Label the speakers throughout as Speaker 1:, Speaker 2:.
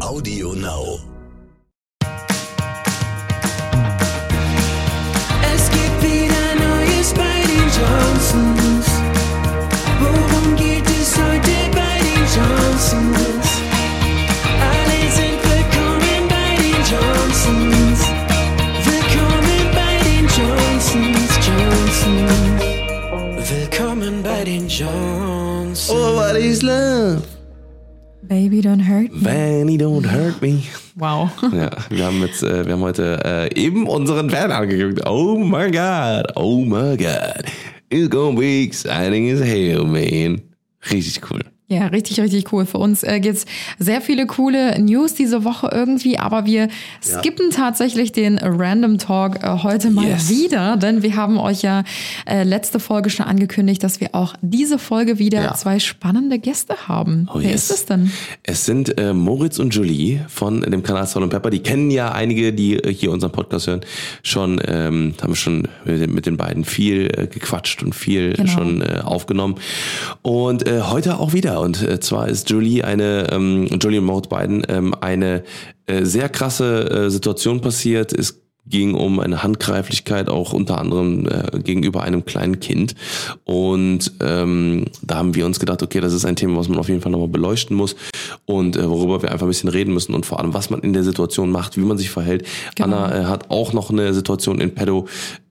Speaker 1: Audio Now.
Speaker 2: Es gibt wieder Neues bei den Johnsons. Worum geht es heute bei den Johnsons? Alle sind willkommen bei den Johnsons. Willkommen bei den Johnsons. Willkommen bei den Johnsons.
Speaker 1: Oh, what is love?
Speaker 3: Baby, don't hurt me.
Speaker 1: Vanny, don't hurt me.
Speaker 3: Wow.
Speaker 1: Ja, wir haben heute eben unseren Fan angeguckt. Oh my God. It's gonna be exciting as hell, man. Richtig cool.
Speaker 3: Ja, richtig, richtig cool. Für uns gibt's sehr viele coole News diese Woche irgendwie, aber wir skippen tatsächlich den Random Talk heute mal wieder, denn wir haben euch ja letzte Folge schon angekündigt, dass wir auch diese Folge wieder zwei spannende Gäste haben. Wer ist es denn?
Speaker 1: Es sind Moritz und Julie von dem Kanal Salt & Pepper. Die kennen ja einige, die hier unseren Podcast hören, schon haben schon mit den beiden viel gequatscht und viel schon aufgenommen. Und heute auch wieder. Und zwar ist Julie und Moritz beiden eine sehr krasse Situation passiert. Es ging um eine Handgreiflichkeit, auch unter anderem gegenüber einem kleinen Kind. Und da haben wir uns gedacht, okay, das ist ein Thema, was man auf jeden Fall nochmal beleuchten muss und worüber wir einfach ein bisschen reden müssen und vor allem, was man in der Situation macht, wie man sich verhält. Genau. Anna hat auch noch eine Situation in petto,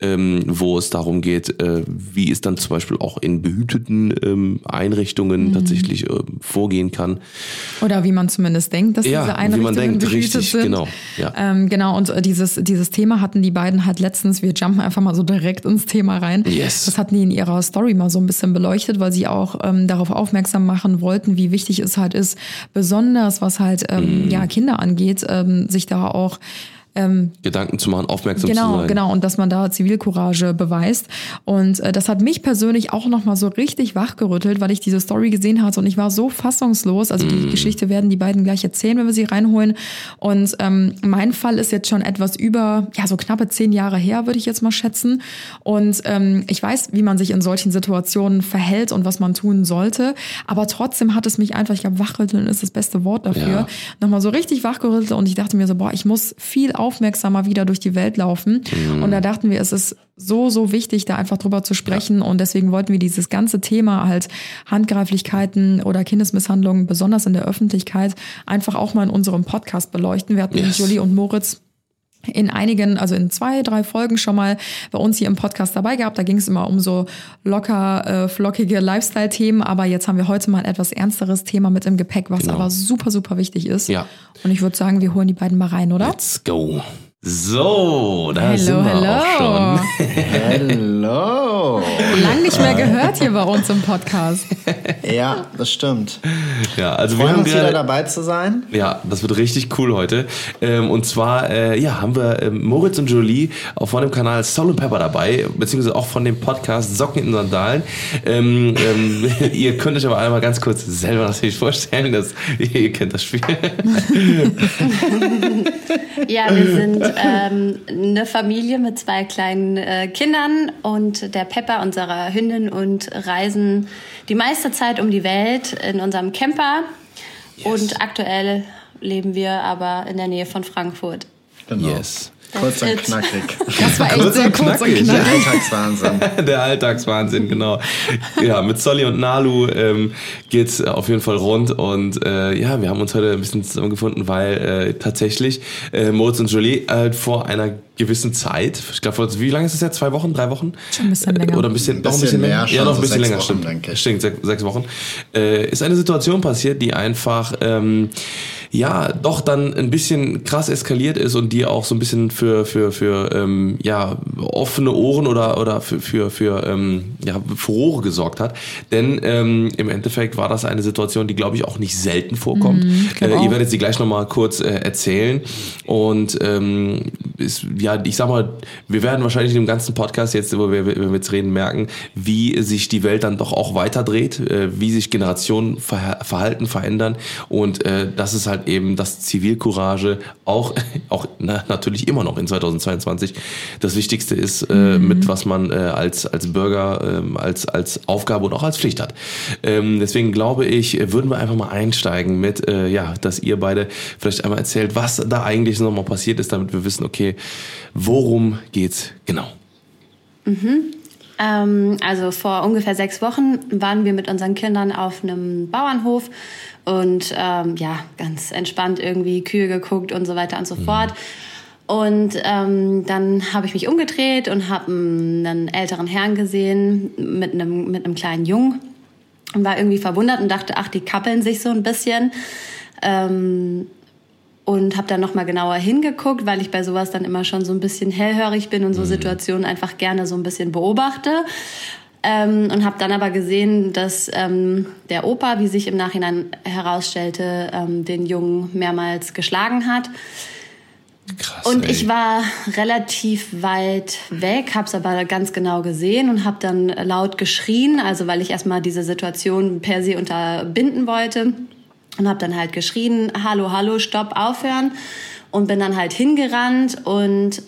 Speaker 1: wo es darum geht, wie es dann zum Beispiel auch in behüteten Einrichtungen tatsächlich vorgehen kann.
Speaker 3: Oder wie man zumindest denkt, dass diese Einrichtungen behütet sind.
Speaker 1: Genau. Ja.
Speaker 3: Genau, und dieses Thema hatten die beiden halt letztens, wir jumpen einfach mal so direkt ins Thema rein.
Speaker 1: Yes.
Speaker 3: Das hatten die in ihrer Story mal so ein bisschen beleuchtet, weil sie auch darauf aufmerksam machen wollten, wie wichtig es halt ist, besonders was halt Kinder angeht, sich da auch
Speaker 1: Gedanken zu machen, aufmerksam zu sein.
Speaker 3: Genau, und dass man da Zivilcourage beweist. Und das hat mich persönlich auch nochmal so richtig wachgerüttelt, weil ich diese Story gesehen hatte und ich war so fassungslos. Also die Geschichte werden die beiden gleich erzählen, wenn wir sie reinholen. Und mein Fall ist jetzt schon etwas über, so knappe 10 Jahre her, würde ich jetzt mal schätzen. Und ich weiß, wie man sich in solchen Situationen verhält und was man tun sollte. Aber trotzdem hat es mich einfach, ich glaube, wachrütteln ist das beste Wort dafür, nochmal so richtig wachgerüttelt. Und ich dachte mir so, ich muss viel aufmerksamer wieder durch die Welt laufen. Und da dachten wir, es ist so wichtig, da einfach drüber zu sprechen. Und deswegen wollten wir dieses ganze Thema halt Handgreiflichkeiten oder Kindesmisshandlungen, besonders in der Öffentlichkeit, einfach auch mal in unserem Podcast beleuchten. Wir hatten Julie und Moritz in 2, 3 Folgen schon mal bei uns hier im Podcast dabei gehabt. Da ging es immer um so locker, flockige Lifestyle-Themen. Aber jetzt haben wir heute mal ein etwas ernsteres Thema mit im Gepäck, was aber super, super wichtig ist. Ja. Und ich würde sagen, wir holen die beiden mal rein, oder?
Speaker 1: Let's go. So, da sind wir auch schon.
Speaker 4: Hallo.
Speaker 3: Lang nicht mehr gehört hier bei uns im Podcast.
Speaker 4: Ja, das stimmt.
Speaker 1: Ja, also
Speaker 4: wir haben uns wieder dabei zu sein.
Speaker 1: Ja, das wird richtig cool heute. Und zwar haben wir Moritz und Julie auch von dem Kanal Salt & Pepper dabei, beziehungsweise auch von dem Podcast Socken in Sandalen. Ihr könnt euch aber einmal ganz kurz selber natürlich vorstellen, dass ihr kennt das Spiel.
Speaker 5: Ja, wir sind eine Familie mit 2 kleinen Kindern und der Pepper, unserer Hündin, und reisen die meiste Zeit um die Welt in unserem Camper. Yes. Und aktuell leben wir aber in der Nähe von Frankfurt.
Speaker 4: Genau. Yes. Kurz und knackig.
Speaker 3: Das war echt sehr kurz und knackig.
Speaker 4: Der Alltagswahnsinn.
Speaker 1: Der Alltagswahnsinn, genau. Ja, mit Solly und Nalu geht's auf jeden Fall rund. Und wir haben uns heute ein bisschen zusammengefunden, weil tatsächlich Moritz und Julie vor einer gewissen Zeit, ich glaube, wie lange ist es jetzt? 2 Wochen, 3 Wochen?
Speaker 3: Schon ein bisschen länger.
Speaker 1: Oder ein bisschen
Speaker 4: mehr.
Speaker 1: Ja, noch ein bisschen länger,
Speaker 4: Wochen,
Speaker 1: stimmt. Stimmt, 6 Wochen. Ist eine Situation passiert, die einfach doch dann ein bisschen krass eskaliert ist und die auch so ein bisschen für offene Ohren oder für Furore gesorgt hat. Denn im Endeffekt war das eine Situation, die, glaube ich, auch nicht selten vorkommt. Ihr werdet sie gleich nochmal kurz erzählen. Und ja, ich sag mal, wir werden wahrscheinlich in dem ganzen Podcast jetzt, wenn wir jetzt reden, merken, wie sich die Welt dann doch auch weiterdreht, wie sich Generationen Verhalten verändern und das ist halt eben das Zivilcourage auch natürlich immer noch in 2022 das Wichtigste ist, mit was man als Bürger als Aufgabe und auch als Pflicht hat. Deswegen glaube ich, würden wir einfach mal einsteigen mit, dass ihr beide vielleicht einmal erzählt, was da eigentlich nochmal passiert ist, damit wir wissen, okay, worum geht's genau?
Speaker 5: Also vor ungefähr 6 Wochen waren wir mit unseren Kindern auf einem Bauernhof und ganz entspannt irgendwie Kühe geguckt und so weiter und so fort. Und dann habe ich mich umgedreht und habe einen älteren Herrn gesehen mit einem kleinen Jungen und war irgendwie verwundert und dachte, ach, die kappeln sich so ein bisschen. Und habe dann nochmal genauer hingeguckt, weil ich bei sowas dann immer schon so ein bisschen hellhörig bin und so Situationen einfach gerne so ein bisschen beobachte. Und habe dann aber gesehen, dass der Opa, wie sich im Nachhinein herausstellte, den Jungen mehrmals geschlagen hat.
Speaker 1: Krass,
Speaker 5: und ich war relativ weit weg, habe es aber ganz genau gesehen und habe dann laut geschrien, also weil ich erstmal diese Situation per se unterbinden wollte. Und habe dann halt geschrien, hallo, hallo, stopp, aufhören. Und bin dann halt hingerannt und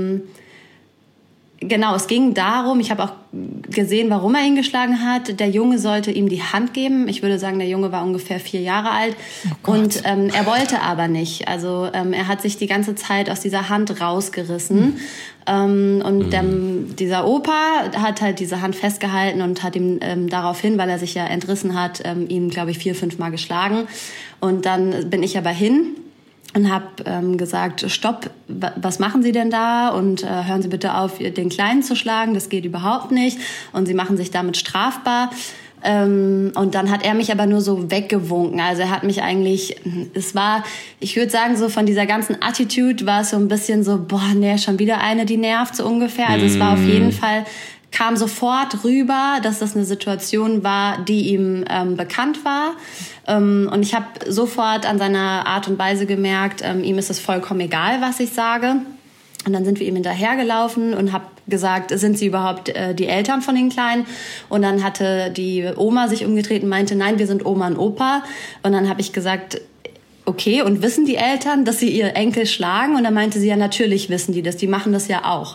Speaker 5: genau, es ging darum, ich habe auch gesehen, warum er ihn geschlagen hat. Der Junge sollte ihm die Hand geben. Ich würde sagen, der Junge war ungefähr 4 Jahre alt.
Speaker 3: Oh
Speaker 5: und er wollte aber nicht. Also er hat sich die ganze Zeit aus dieser Hand rausgerissen. Dieser Opa hat halt diese Hand festgehalten und hat ihm daraufhin, weil er sich ja entrissen hat, ihn, glaube ich, 4-5 Mal geschlagen. Und dann bin ich aber hin und habe gesagt, stopp, was machen Sie denn da? Und hören Sie bitte auf, den Kleinen zu schlagen, das geht überhaupt nicht. Und Sie machen sich damit strafbar. Und dann hat er mich aber nur so weggewunken. Also er hat mich eigentlich, ich würde sagen, so von dieser ganzen Attitude war es so ein bisschen so, schon wieder eine, die nervt, so ungefähr. Also es war auf jeden Fall, kam sofort rüber, dass das eine Situation war, die ihm bekannt war. Und ich habe sofort an seiner Art und Weise gemerkt, ihm ist es vollkommen egal, was ich sage. Und dann sind wir ihm hinterhergelaufen und habe gesagt, sind Sie überhaupt die Eltern von den Kleinen? Und dann hatte die Oma sich umgedreht und meinte, nein, wir sind Oma und Opa. Und dann habe ich gesagt, okay, und wissen die Eltern, dass sie ihr Enkel schlagen? Und dann meinte sie, ja, natürlich wissen die das, die machen das ja auch.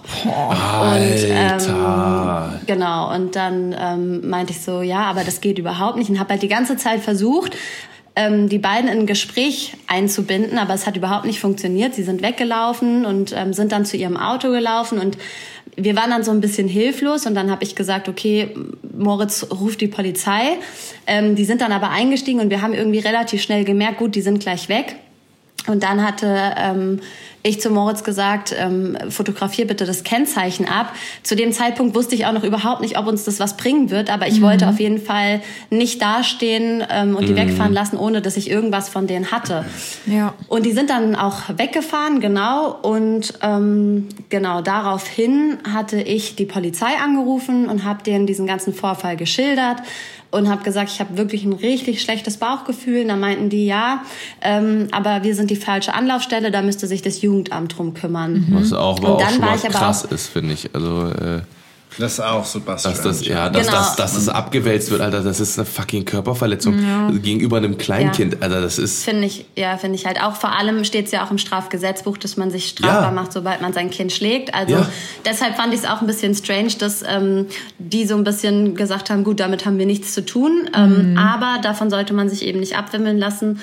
Speaker 1: Alter.
Speaker 5: Genau, und dann meinte ich so, ja, aber das geht überhaupt nicht. Und habe halt die ganze Zeit versucht, die beiden in ein Gespräch einzubinden, aber es hat überhaupt nicht funktioniert. Sie sind weggelaufen und sind dann zu ihrem Auto gelaufen und wir waren dann so ein bisschen hilflos und dann habe ich gesagt, okay, Moritz ruft die Polizei. Die sind dann aber eingestiegen und wir haben irgendwie relativ schnell gemerkt, gut, die sind gleich weg. Und dann hatte ich zu Moritz gesagt, fotografier bitte das Kennzeichen ab. Zu dem Zeitpunkt wusste ich auch noch überhaupt nicht, ob uns das was bringen wird, aber ich wollte auf jeden Fall nicht dastehen und die wegfahren lassen, ohne dass ich irgendwas von denen hatte.
Speaker 3: Ja.
Speaker 5: Und die sind dann auch weggefahren, genau. Und genau daraufhin hatte ich die Polizei angerufen und habe denen diesen ganzen Vorfall geschildert. Und habe gesagt, ich habe wirklich ein richtig schlechtes Bauchgefühl. Und dann meinten die, ja, aber wir sind die falsche Anlaufstelle, da müsste sich das Jugendamt drum kümmern.
Speaker 1: Was auch schon mal
Speaker 5: ich aber
Speaker 1: krass ist, finde ich. Also
Speaker 4: Das ist auch super strange.
Speaker 1: Dass das abgewälzt wird, Alter, das ist eine fucking Körperverletzung gegenüber einem Kleinkind. Alter, das ist...
Speaker 5: Finde ich halt auch. Vor allem steht es ja auch im Strafgesetzbuch, dass man sich strafbar macht, sobald man sein Kind schlägt. Also deshalb fand ich es auch ein bisschen strange, dass die so ein bisschen gesagt haben, gut, damit haben wir nichts zu tun. Aber davon sollte man sich eben nicht abwimmeln lassen.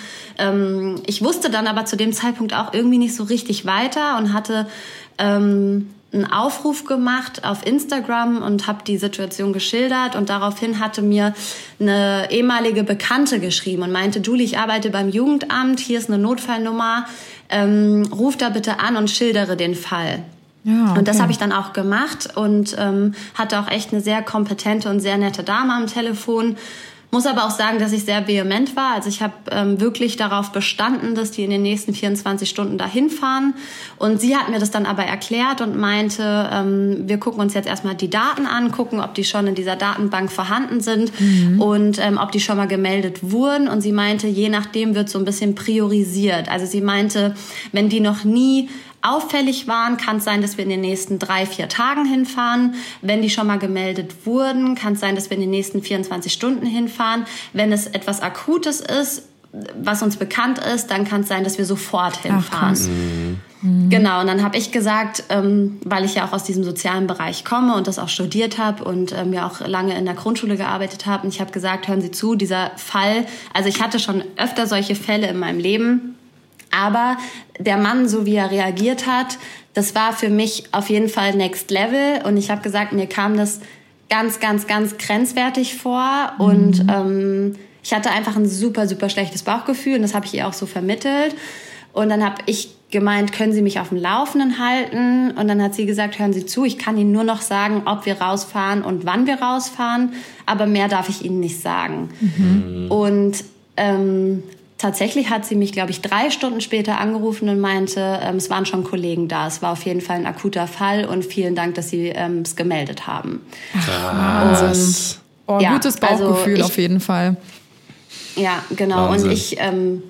Speaker 5: Ich wusste dann aber zu dem Zeitpunkt auch irgendwie nicht so richtig weiter und hatte... einen Aufruf gemacht auf Instagram und habe die Situation geschildert und daraufhin hatte mir eine ehemalige Bekannte geschrieben und meinte, Julie, ich arbeite beim Jugendamt, hier ist eine Notfallnummer, ruf da bitte an und schildere den Fall.
Speaker 3: Ja, okay.
Speaker 5: Und das habe ich dann auch gemacht und hatte auch echt eine sehr kompetente und sehr nette Dame am Telefon. Muss aber auch sagen, dass ich sehr vehement war. Also ich habe wirklich darauf bestanden, dass die in den nächsten 24 Stunden dahin fahren. Und sie hat mir das dann aber erklärt und meinte, wir gucken uns jetzt erstmal die Daten an, gucken, ob die schon in dieser Datenbank vorhanden sind und ob die schon mal gemeldet wurden. Und sie meinte, je nachdem wird so ein bisschen priorisiert. Also sie meinte, wenn die noch nie auffällig waren, kann es sein, dass wir in den nächsten 3-4 Tagen hinfahren. Wenn die schon mal gemeldet wurden, kann es sein, dass wir in den nächsten 24 Stunden hinfahren. Wenn es etwas Akutes ist, was uns bekannt ist, dann kann es sein, dass wir sofort hinfahren. Genau, und dann habe ich gesagt, weil ich ja auch aus diesem sozialen Bereich komme und das auch studiert habe und ja auch lange in der Grundschule gearbeitet habe, und ich habe gesagt, hören Sie zu, dieser Fall, also ich hatte schon öfter solche Fälle in meinem Leben, aber der Mann, so wie er reagiert hat, das war für mich auf jeden Fall Next Level, und ich habe gesagt, mir kam das ganz, ganz, ganz grenzwertig vor und ich hatte einfach ein super, super schlechtes Bauchgefühl, und das habe ich ihr auch so vermittelt. Und dann habe ich gemeint, können Sie mich auf dem Laufenden halten? Und dann hat sie gesagt, hören Sie zu, ich kann Ihnen nur noch sagen, ob wir rausfahren und wann wir rausfahren, aber mehr darf ich Ihnen nicht sagen. Und tatsächlich hat sie mich, glaube ich, 3 Stunden später angerufen und meinte, es waren schon Kollegen da. Es war auf jeden Fall ein akuter Fall und vielen Dank, dass Sie es gemeldet haben.
Speaker 1: Krass.
Speaker 3: Ja, gutes Bauchgefühl
Speaker 5: also
Speaker 3: auf jeden Fall.
Speaker 5: Ja, genau.
Speaker 1: Wahnsinn.
Speaker 5: Und ich,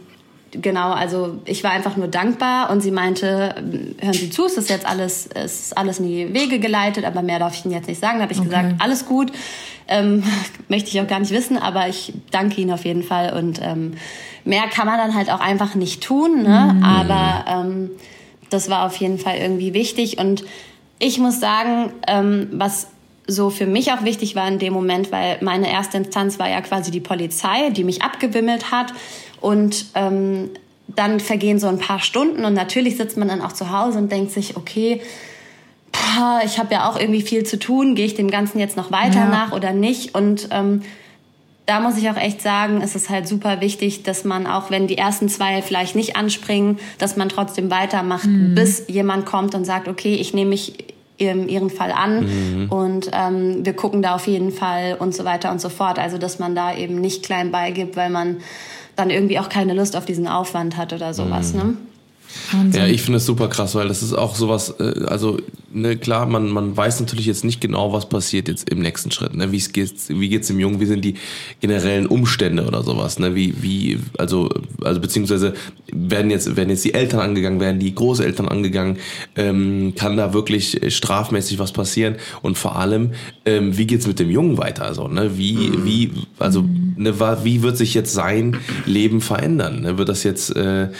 Speaker 5: ich war einfach nur dankbar, und sie meinte, hören Sie zu, es ist alles in die Wege geleitet, aber mehr darf ich Ihnen jetzt nicht sagen. Da habe ich gesagt, alles gut, möchte ich auch gar nicht wissen, aber ich danke Ihnen auf jeden Fall, und mehr kann man dann halt auch einfach nicht tun, ne? Aber das war auf jeden Fall irgendwie wichtig, und ich muss sagen, was so für mich auch wichtig war in dem Moment, weil meine erste Instanz war ja quasi die Polizei, die mich abgewimmelt hat, und dann vergehen so ein paar Stunden, und natürlich sitzt man dann auch zu Hause und denkt sich, okay, ich habe ja auch irgendwie viel zu tun, gehe ich dem Ganzen jetzt noch weiter nach oder nicht? Und da muss ich auch echt sagen, es ist halt super wichtig, dass man auch, wenn die ersten 2 vielleicht nicht anspringen, dass man trotzdem weitermacht, bis jemand kommt und sagt, okay, ich nehme mich Ihren Fall an und wir gucken da auf jeden Fall und so weiter und so fort. Also, dass man da eben nicht klein beigibt, weil man dann irgendwie auch keine Lust auf diesen Aufwand hat oder sowas, ne?
Speaker 1: Ja, ich finde es super krass, weil das ist auch sowas, klar, man weiß natürlich jetzt nicht genau, was passiert jetzt im nächsten Schritt, ne? Wie geht's dem Jungen, wie sind die generellen Umstände oder sowas, ne? Also beziehungsweise werden jetzt die Eltern angegangen, werden die Großeltern angegangen, kann da wirklich strafmäßig was passieren, und vor allem, wie geht's mit dem Jungen weiter, also, ne? Wie wird sich jetzt sein Leben verändern, ne? Wird das jetzt,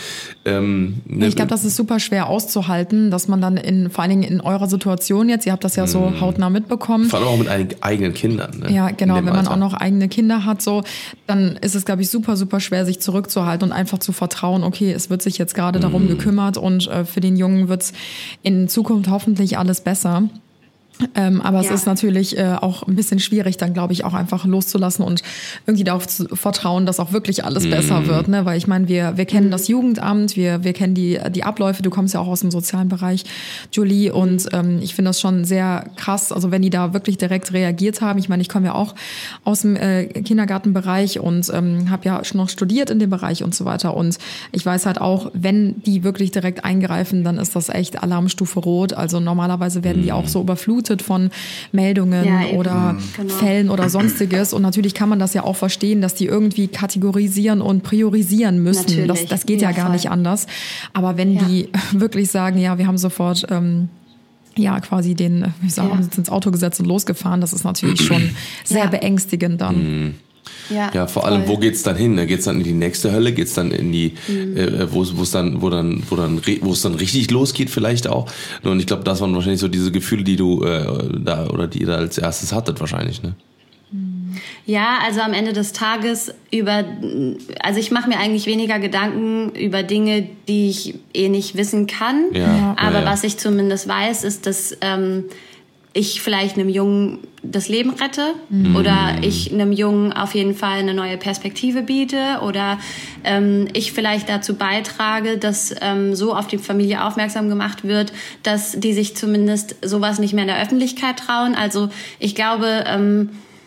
Speaker 3: ich glaube, das ist super schwer auszuhalten, dass man dann vor allen Dingen in eurer Situation jetzt, ihr habt das ja so hautnah mitbekommen.
Speaker 1: Vor allem auch mit eigenen Kindern. Ne?
Speaker 3: Ja, genau, wenn man auch noch eigene Kinder hat, so, dann ist es, glaube ich, super, super schwer, sich zurückzuhalten und einfach zu vertrauen, okay, es wird sich jetzt gerade darum gekümmert, und für den Jungen wird's in Zukunft hoffentlich alles besser. Aber es ist natürlich auch ein bisschen schwierig, dann, glaube ich, auch einfach loszulassen und irgendwie darauf zu vertrauen, dass auch wirklich alles besser wird, ne? Weil ich meine, wir kennen das Jugendamt, wir kennen die Abläufe. Du kommst ja auch aus dem sozialen Bereich, Julie, und ich finde das schon sehr krass, also wenn die da wirklich direkt reagiert haben. Ich meine, ich komme ja auch aus dem Kindergartenbereich und habe ja schon noch studiert in dem Bereich und so weiter, und ich weiß halt auch, wenn die wirklich direkt eingreifen, dann ist das echt Alarmstufe Rot. Also normalerweise werden die auch so überflutet von Meldungen oder Fällen oder sonstiges, und natürlich kann man das ja auch verstehen, dass die irgendwie kategorisieren und priorisieren müssen. Das geht ja gar nicht anders. Aber wenn die wirklich sagen, ja, wir haben sofort quasi uns ins Auto gesetzt und losgefahren, das ist natürlich schon sehr beängstigend dann.
Speaker 1: Ja, vor allem, wo geht's dann hin? Geht's dann in die nächste Hölle? Geht's dann in die, wo es dann richtig losgeht vielleicht auch? Und ich glaube, das waren wahrscheinlich so diese Gefühle, die du die ihr da als erstes hattet wahrscheinlich, ne?
Speaker 5: Ja, also am Ende des Tages also ich mache mir eigentlich weniger Gedanken über Dinge, die ich nicht wissen kann. Aber was ich zumindest weiß, ist, dass ich vielleicht einem Jungen das Leben rette oder ich einem Jungen auf jeden Fall eine neue Perspektive biete oder ich vielleicht dazu beitrage, dass so auf die Familie aufmerksam gemacht wird, dass die sich zumindest sowas nicht mehr in der Öffentlichkeit trauen. Also ich glaube,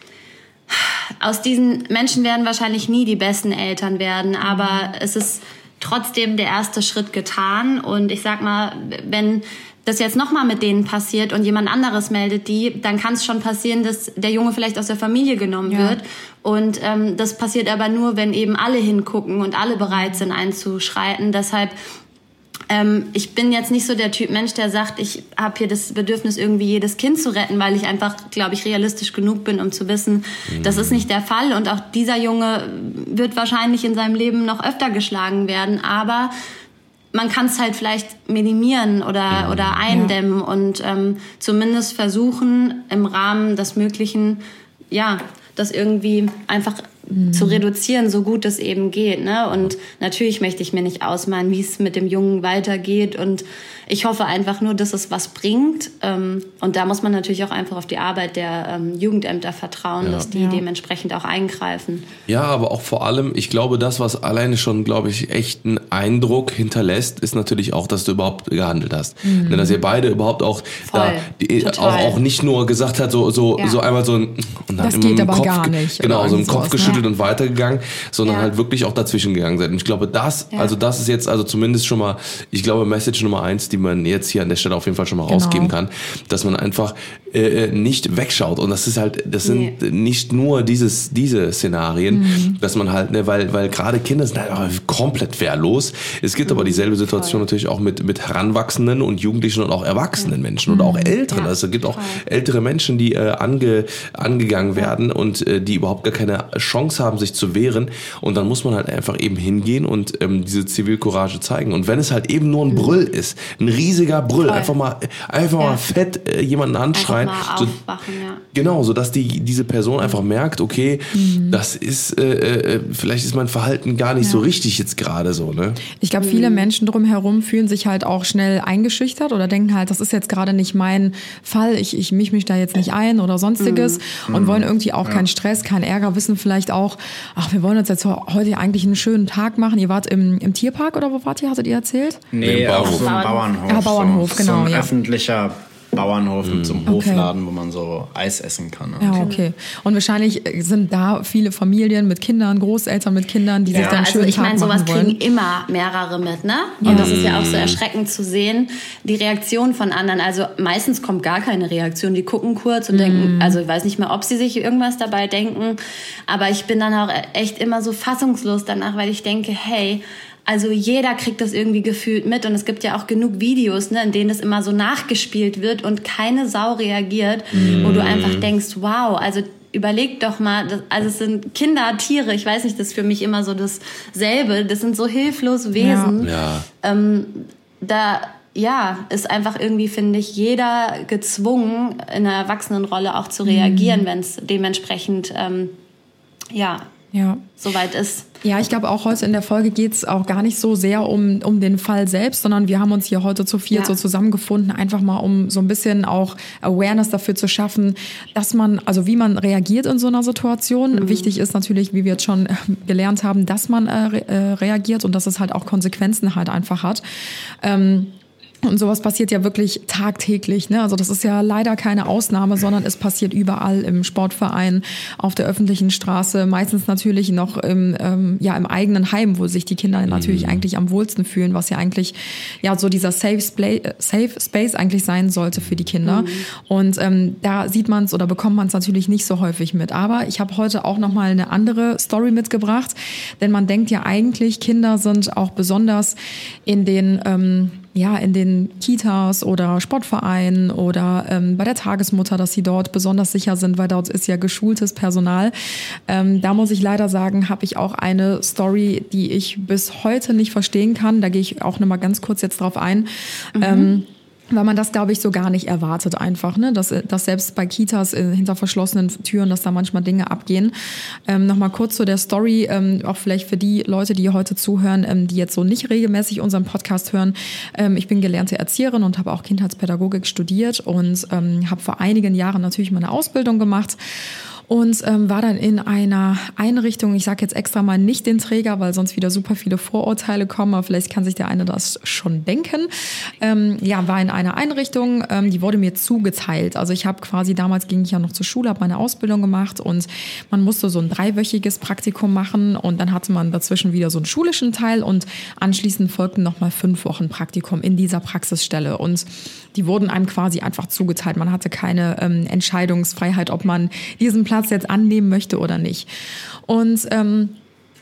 Speaker 5: aus diesen Menschen werden wahrscheinlich nie die besten Eltern werden, aber es ist trotzdem der erste Schritt getan. Und ich sag mal, wenn das jetzt nochmal mit denen passiert und jemand anderes meldet die, dann kann es schon passieren, dass der Junge vielleicht aus der Familie genommen wird. Und das passiert aber nur, wenn eben alle hingucken und alle bereit sind einzuschreiten. Deshalb Ich bin jetzt nicht so der Typ Mensch, der sagt, ich habe hier das Bedürfnis, irgendwie jedes Kind zu retten, weil ich einfach, glaube ich, realistisch genug bin, um zu wissen, das ist nicht der Fall. Und auch dieser Junge wird wahrscheinlich in seinem Leben noch öfter geschlagen werden. Aber man kann es halt vielleicht minimieren oder eindämmen und zumindest versuchen, im Rahmen des Möglichen, das irgendwie einfach zu reduzieren, so gut es eben geht. Ne? Und natürlich möchte ich mir nicht ausmalen, wie es mit dem Jungen weitergeht. Und ich hoffe einfach nur, dass es was bringt. Und da muss man natürlich auch einfach auf die Arbeit der Jugendämter vertrauen, dass die dementsprechend auch eingreifen.
Speaker 1: Ja, aber auch vor allem, ich glaube, das, was alleine schon, glaube ich, echt einen Eindruck hinterlässt, ist natürlich auch, dass du überhaupt gehandelt hast. Denn dass ihr beide überhaupt auch auch nicht nur gesagt hat, so einmal so ein und
Speaker 3: das geht aber Kopf, gar nicht.
Speaker 1: Genau, so im Kopf geschüttelt und weitergegangen, sondern halt wirklich auch dazwischen gegangen seid. Und ich glaube, das ist jetzt also zumindest schon mal, ich glaube, Message Nummer 1, die man jetzt hier an der Stelle auf jeden Fall schon mal rausgeben kann, dass man einfach nicht wegschaut. Und das ist halt, das sind nicht nur diese Szenarien, dass man halt, weil gerade Kinder sind halt komplett wehrlos. Es gibt aber dieselbe Situation natürlich auch mit Heranwachsenden und Jugendlichen und auch erwachsenen Menschen oder auch Älteren. Also es gibt auch ältere Menschen, die angegangen werden und die überhaupt gar keine Chance haben, sich zu wehren. Und dann muss man halt einfach eben hingehen und diese Zivilcourage zeigen. Und wenn es halt eben nur ein Brüll ist, ein riesiger Brüll, einfach mal fett jemanden anschreien.
Speaker 5: Mal aufwachen,
Speaker 1: Genau, sodass diese Person einfach merkt, okay, das ist, vielleicht ist mein Verhalten gar nicht so richtig jetzt gerade so. Ne?
Speaker 3: Ich glaube, viele Menschen drumherum fühlen sich halt auch schnell eingeschüchtert oder denken halt, das ist jetzt gerade nicht mein Fall, ich mische mich da jetzt nicht ein oder sonstiges und wollen irgendwie auch keinen Stress, keinen Ärger, wissen vielleicht auch, wir wollen uns jetzt heute eigentlich einen schönen Tag machen. Ihr wart im Tierpark oder wo wart ihr, hattet ihr erzählt?
Speaker 4: Nee, auf so einem Bauernhof.
Speaker 3: Ja, Bauernhof, genau.
Speaker 4: So ein öffentlicher Bauernhof mit so einem Hofladen, wo man so Eis essen kann.
Speaker 3: Ja, okay. Und wahrscheinlich sind da viele Familien mit Kindern, Großeltern mit Kindern, die sich dann schön
Speaker 5: ich meine, sowas
Speaker 3: wollen.
Speaker 5: kriegen immer mehrere mit, ne? Und das ist ja auch so erschreckend zu sehen, die Reaktion von anderen. Also meistens kommt gar keine Reaktion. Die gucken kurz und denken, also ich weiß nicht mehr, ob sie sich irgendwas dabei denken, aber ich bin dann auch echt immer so fassungslos danach, weil ich denke, hey, also jeder kriegt das irgendwie gefühlt mit und es gibt ja auch genug Videos, ne, in denen das immer so nachgespielt wird und keine Sau reagiert, wo du einfach denkst, wow, also überleg doch mal, also es sind Kinder, Tiere, ich weiß nicht, das ist für mich immer so dasselbe, das sind so hilflos Wesen. Da ist einfach irgendwie, finde ich, jeder gezwungen, in einer Erwachsenenrolle auch zu reagieren, wenn es dementsprechend soweit ist.
Speaker 3: Ja, ich glaube auch heute in der Folge geht's auch gar nicht so sehr um den Fall selbst, sondern wir haben uns hier heute zu viert so zusammengefunden, einfach mal um so ein bisschen auch Awareness dafür zu schaffen, dass man, also wie man reagiert in so einer Situation. Wichtig ist natürlich, wie wir jetzt schon gelernt haben, dass man reagiert und dass es halt auch Konsequenzen halt einfach hat. Und sowas passiert ja wirklich tagtäglich, ne? Also das ist ja leider keine Ausnahme, sondern es passiert überall im Sportverein, auf der öffentlichen Straße, meistens natürlich noch im eigenen Heim, wo sich die Kinder natürlich eigentlich am wohlsten fühlen, was ja eigentlich so dieser Safe Space eigentlich sein sollte für die Kinder. Und da sieht man es oder bekommt man es natürlich nicht so häufig mit. Aber ich habe heute auch nochmal eine andere Story mitgebracht, denn man denkt ja eigentlich, Kinder sind auch besonders in den Kitas oder Sportvereinen oder bei der Tagesmutter, dass sie dort besonders sicher sind, weil dort ist ja geschultes Personal. Da muss ich leider sagen, habe ich auch eine Story, die ich bis heute nicht verstehen kann. Da gehe ich auch noch mal ganz kurz jetzt drauf ein. Weil man das, glaube ich, so gar nicht erwartet einfach, ne? Dass selbst bei Kitas hinter verschlossenen Türen, dass da manchmal Dinge abgehen. Nochmal kurz zu der Story, auch vielleicht für die Leute, die heute zuhören, die jetzt so nicht regelmäßig unseren Podcast hören. Ich bin gelernte Erzieherin und habe auch Kindheitspädagogik studiert und habe vor einigen Jahren natürlich meine Ausbildung gemacht. Und war dann in einer Einrichtung, ich sage jetzt extra mal nicht den Träger, weil sonst wieder super viele Vorurteile kommen, aber vielleicht kann sich der eine das schon denken. War in einer Einrichtung, die wurde mir zugeteilt. Also ich habe quasi, damals ging ich ja noch zur Schule, habe meine Ausbildung gemacht und man musste so ein 3-wöchiges Praktikum machen und dann hatte man dazwischen wieder so einen schulischen Teil und anschließend folgten nochmal 5 Wochen Praktikum in dieser Praxisstelle und die wurden einem quasi einfach zugeteilt. Man hatte keine Entscheidungsfreiheit, ob man diesen Platz jetzt annehmen möchte oder nicht. Und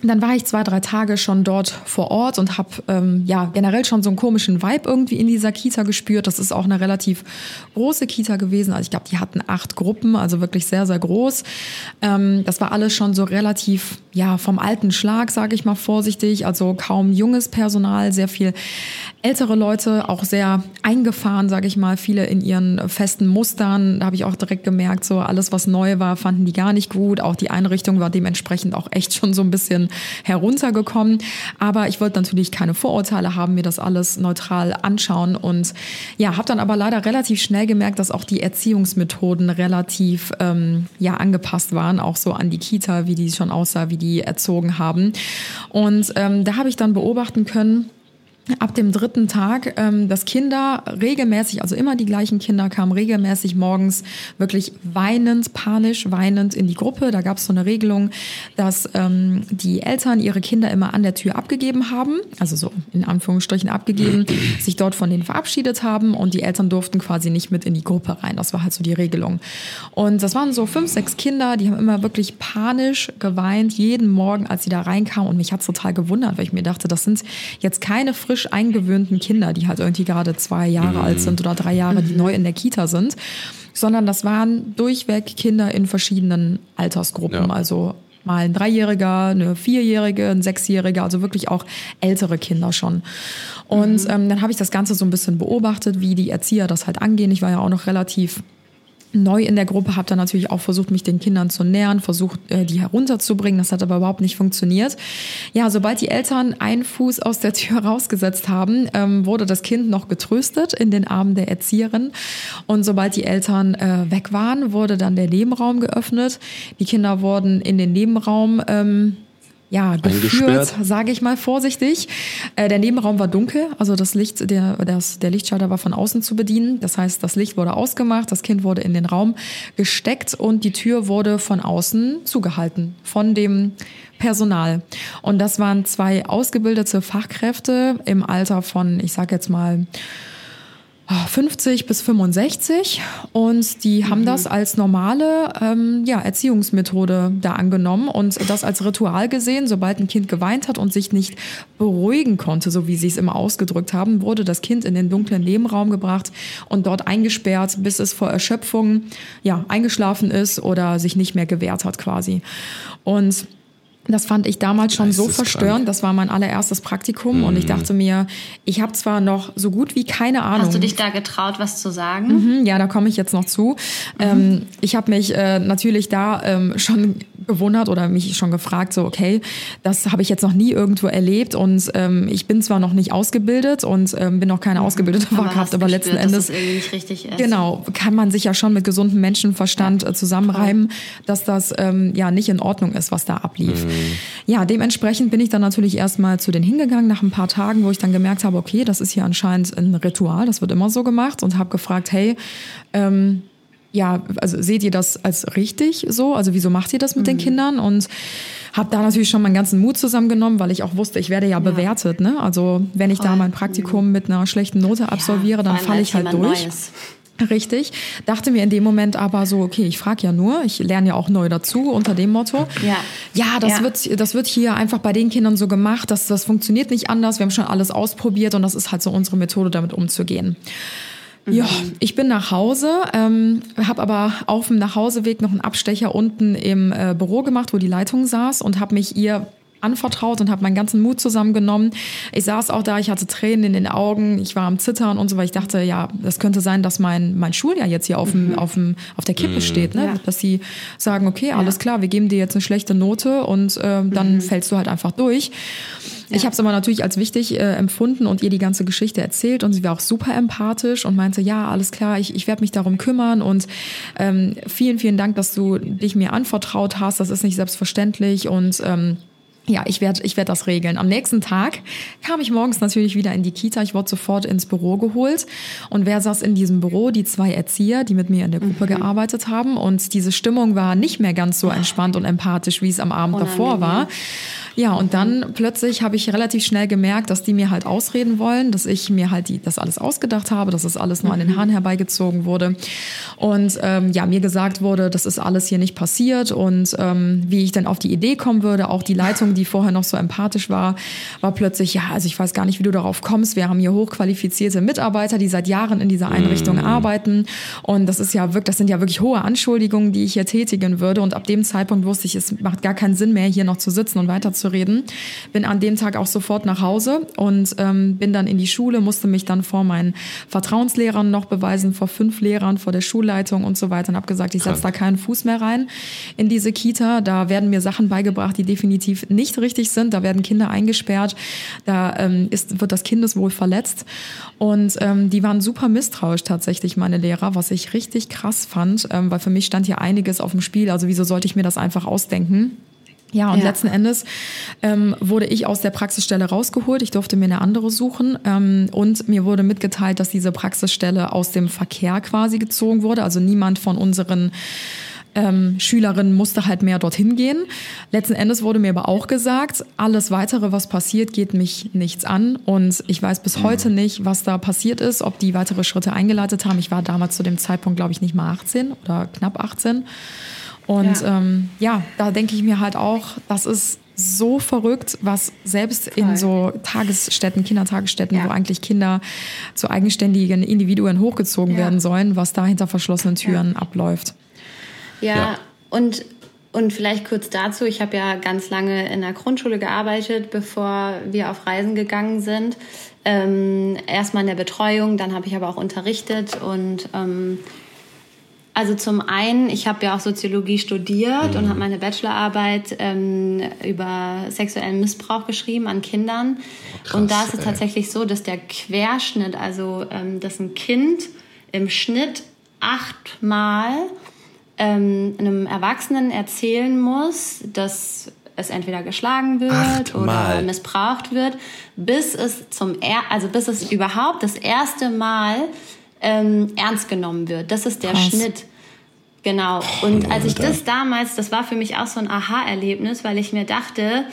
Speaker 3: Dann war ich 2-3 Tage schon dort vor Ort und habe generell schon so einen komischen Vibe irgendwie in dieser Kita gespürt. Das ist auch eine relativ große Kita gewesen. Also ich glaube, die hatten 8 Gruppen, also wirklich sehr, sehr groß. Das war alles schon so relativ vom alten Schlag, sage ich mal vorsichtig. Also kaum junges Personal, sehr viel ältere Leute, auch sehr eingefahren, sage ich mal, viele in ihren festen Mustern. Da habe ich auch direkt gemerkt, so alles, was neu war, fanden die gar nicht gut. Auch die Einrichtung war dementsprechend auch echt schon so ein bisschen heruntergekommen. Aber ich wollte natürlich keine Vorurteile haben, mir das alles neutral anschauen und habe dann aber leider relativ schnell gemerkt, dass auch die Erziehungsmethoden relativ angepasst waren, auch so an die Kita, wie die schon aussah, wie die erzogen haben. Und da habe ich dann beobachten können, ab dem 3. Tag, dass Kinder regelmäßig, also immer die gleichen Kinder kamen regelmäßig morgens wirklich panisch weinend in die Gruppe. Da gab es so eine Regelung, dass die Eltern ihre Kinder immer an der Tür abgegeben haben, also so in Anführungsstrichen abgegeben, sich dort von denen verabschiedet haben und die Eltern durften quasi nicht mit in die Gruppe rein. Das war halt so die Regelung. Und das waren so 5-6 Kinder, die haben immer wirklich panisch geweint, jeden Morgen, als sie da reinkamen. Und mich hat's total gewundert, weil ich mir dachte, das sind jetzt keine frisch eingewöhnten Kinder, die halt irgendwie gerade 2 Jahre alt sind oder 3 Jahre, die neu in der Kita sind, sondern das waren durchweg Kinder in verschiedenen Altersgruppen, also mal ein 3-Jähriger, eine 4-Jährige, ein 6-Jähriger, also wirklich auch ältere Kinder schon. Und dann habe ich das Ganze so ein bisschen beobachtet, wie die Erzieher das halt angehen. Ich war ja auch noch relativ neu in der Gruppe, habe dann natürlich auch versucht, mich den Kindern zu nähern, versucht, die herunterzubringen. Das hat aber überhaupt nicht funktioniert. Ja, sobald die Eltern einen Fuß aus der Tür rausgesetzt haben, wurde das Kind noch getröstet in den Armen der Erzieherin. Und sobald die Eltern weg waren, wurde dann der Nebenraum geöffnet. Die Kinder wurden in den Nebenraum geführt, sage ich mal vorsichtig. Der Nebenraum war dunkel, also das Licht, der Lichtschalter war von außen zu bedienen. Das heißt, das Licht wurde ausgemacht, das Kind wurde in den Raum gesteckt und die Tür wurde von außen zugehalten, von dem Personal. Und das waren 2 ausgebildete Fachkräfte im Alter von, ich sage jetzt mal, 50 bis 65 und die haben das als normale Erziehungsmethode da angenommen und das als Ritual gesehen. Sobald ein Kind geweint hat und sich nicht beruhigen konnte, so wie sie es immer ausgedrückt haben, wurde das Kind in den dunklen Nebenraum gebracht und dort eingesperrt, bis es vor Erschöpfung eingeschlafen ist oder sich nicht mehr gewehrt hat quasi. Und das fand ich damals schon so verstörend. Das war mein allererstes Praktikum und ich dachte mir, ich habe zwar noch so gut wie keine Ahnung.
Speaker 5: Hast du dich da getraut, was zu sagen?
Speaker 3: Ja, da komme ich jetzt noch zu. Ich habe mich natürlich da schon gewundert oder mich schon gefragt, so okay, das habe ich jetzt noch nie irgendwo erlebt und ich bin zwar noch nicht ausgebildet und bin noch keine ausgebildete Fachkraft, aber letzten Endes,
Speaker 5: dass das irgendwie nicht richtig ist.
Speaker 3: Genau, kann man sich ja schon mit gesundem Menschenverstand zusammenreimen, dass das nicht in Ordnung ist, was da ablief. Ja, dementsprechend bin ich dann natürlich erstmal zu denen hingegangen nach ein paar Tagen, wo ich dann gemerkt habe, okay, das ist hier anscheinend ein Ritual, das wird immer so gemacht und habe gefragt, hey, also seht ihr das als richtig so? Also wieso macht ihr das mit den Kindern? Und habe da natürlich schon meinen ganzen Mut zusammengenommen, weil ich auch wusste, ich werde ja bewertet. Ne? Also wenn ich da mein Praktikum mit einer schlechten Note absolviere, dann falle ich halt durch. Neues. Richtig. Dachte mir in dem Moment aber so, okay, ich frage ja nur, ich lerne ja auch neu dazu unter dem Motto. Das wird hier einfach bei den Kindern so gemacht, das funktioniert nicht anders. Wir haben schon alles ausprobiert und das ist halt so unsere Methode, damit umzugehen. Ja, ich bin nach Hause, habe aber auf dem Nachhauseweg noch einen Abstecher unten im Büro gemacht, wo die Leitung saß und habe mich ihr anvertraut und habe meinen ganzen Mut zusammengenommen. Ich saß auch da, ich hatte Tränen in den Augen, ich war am Zittern und so, weil ich dachte, ja, das könnte sein, dass mein Schuljahr jetzt hier auf der Kippe steht, ne? Dass sie sagen, okay, alles klar, wir geben dir jetzt eine schlechte Note und dann fällst du halt einfach durch. Ich habe es aber natürlich als wichtig empfunden und ihr die ganze Geschichte erzählt und sie war auch super empathisch und meinte, ja, alles klar, ich werde mich darum kümmern und vielen, vielen Dank, dass du dich mir anvertraut hast, das ist nicht selbstverständlich und ich werd das regeln. Am nächsten Tag kam ich morgens natürlich wieder in die Kita. Ich wurde sofort ins Büro geholt. Und wer saß in diesem Büro? Die 2 Erzieher, die mit mir in der Gruppe gearbeitet haben. Und diese Stimmung war nicht mehr ganz so entspannt und empathisch, wie es am Abend davor war. Ja, und dann plötzlich habe ich relativ schnell gemerkt, dass die mir halt ausreden wollen, dass ich mir halt das alles ausgedacht habe, dass es alles nur an den Haaren herbeigezogen wurde. Und mir gesagt wurde, das ist alles hier nicht passiert und wie ich dann auf die Idee kommen würde, auch die Leitung, die vorher noch so empathisch war plötzlich, also ich weiß gar nicht, wie du darauf kommst, wir haben hier hochqualifizierte Mitarbeiter, die seit Jahren in dieser Einrichtung arbeiten und das sind ja wirklich hohe Anschuldigungen, die ich hier tätigen würde und ab dem Zeitpunkt wusste ich, es macht gar keinen Sinn mehr, hier noch zu sitzen und weiterzureden. Bin an dem Tag auch sofort nach Hause und bin dann in die Schule, musste mich dann vor meinen Vertrauenslehrern noch beweisen, vor 5 Lehrern, vor der Schulleitung und so weiter und habe gesagt, ich setze da keinen Fuß mehr rein in diese Kita. Da werden mir Sachen beigebracht, die definitiv nicht richtig sind. Da werden Kinder eingesperrt, da wird das Kindeswohl verletzt und die waren super misstrauisch tatsächlich, meine Lehrer, was ich richtig krass fand, weil für mich stand hier einiges auf dem Spiel, also wieso sollte ich mir das einfach ausdenken? Ja, und letzten Endes wurde ich aus der Praxisstelle rausgeholt. Ich durfte mir eine andere suchen und mir wurde mitgeteilt, dass diese Praxisstelle aus dem Verkehr quasi gezogen wurde. Also niemand von unseren Schülerinnen musste halt mehr dorthin gehen. Letzten Endes wurde mir aber auch gesagt, alles Weitere, was passiert, geht mich nichts an. Und ich weiß bis heute nicht, was da passiert ist, ob die weitere Schritte eingeleitet haben. Ich war damals zu dem Zeitpunkt, glaube ich, nicht mal 18 oder knapp 18. Und da denke ich mir halt auch, das ist so verrückt, was selbst in so Tagesstätten, Kindertagesstätten, wo eigentlich Kinder zu eigenständigen Individuen hochgezogen werden sollen, was da hinter verschlossenen Türen abläuft.
Speaker 5: Ja, und vielleicht kurz dazu, ich habe ja ganz lange in der Grundschule gearbeitet, bevor wir auf Reisen gegangen sind. Erstmal in der Betreuung, dann habe ich aber auch unterrichtet und also zum einen, ich habe ja auch Soziologie studiert und habe meine Bachelorarbeit über sexuellen Missbrauch geschrieben an Kindern. Krass, und da ist es tatsächlich so, dass der Querschnitt, also dass ein Kind im Schnitt 8-mal einem Erwachsenen erzählen muss, dass es entweder geschlagen wird oder missbraucht wird, bis es überhaupt das erste Mal ernst genommen wird. Das ist der Schnitt. Genau. Und als ich das damals, das war für mich auch so ein Aha-Erlebnis, weil ich mir dachte,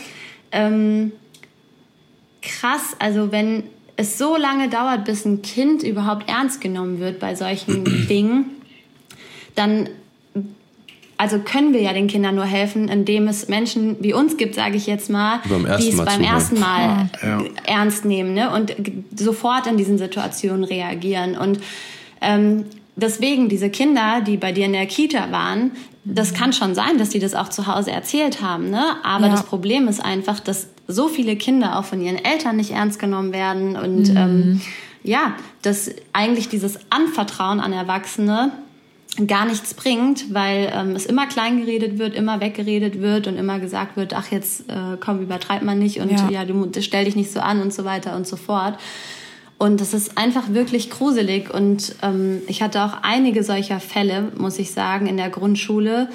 Speaker 5: krass, also wenn es so lange dauert, bis ein Kind überhaupt ernst genommen wird bei solchen Dingen, dann können wir ja den Kindern nur helfen, indem es Menschen wie uns gibt, sage ich jetzt mal, die es beim ersten Mal ernst nehmen, ne? Und sofort in diesen Situationen reagieren. Und deswegen diese Kinder, die bei dir in der Kita waren, das kann schon sein, dass die das auch zu Hause erzählt haben, ne? Aber das Problem ist einfach, dass so viele Kinder auch von ihren Eltern nicht ernst genommen werden und dass eigentlich dieses Anvertrauen an Erwachsene gar nichts bringt, weil es immer klein geredet wird, immer weggeredet wird und immer gesagt wird, ach jetzt komm, übertreib mal nicht und du stell dich nicht so an und so weiter und so fort. Und das ist einfach wirklich gruselig und ich hatte auch einige solcher Fälle, muss ich sagen, in der Grundschule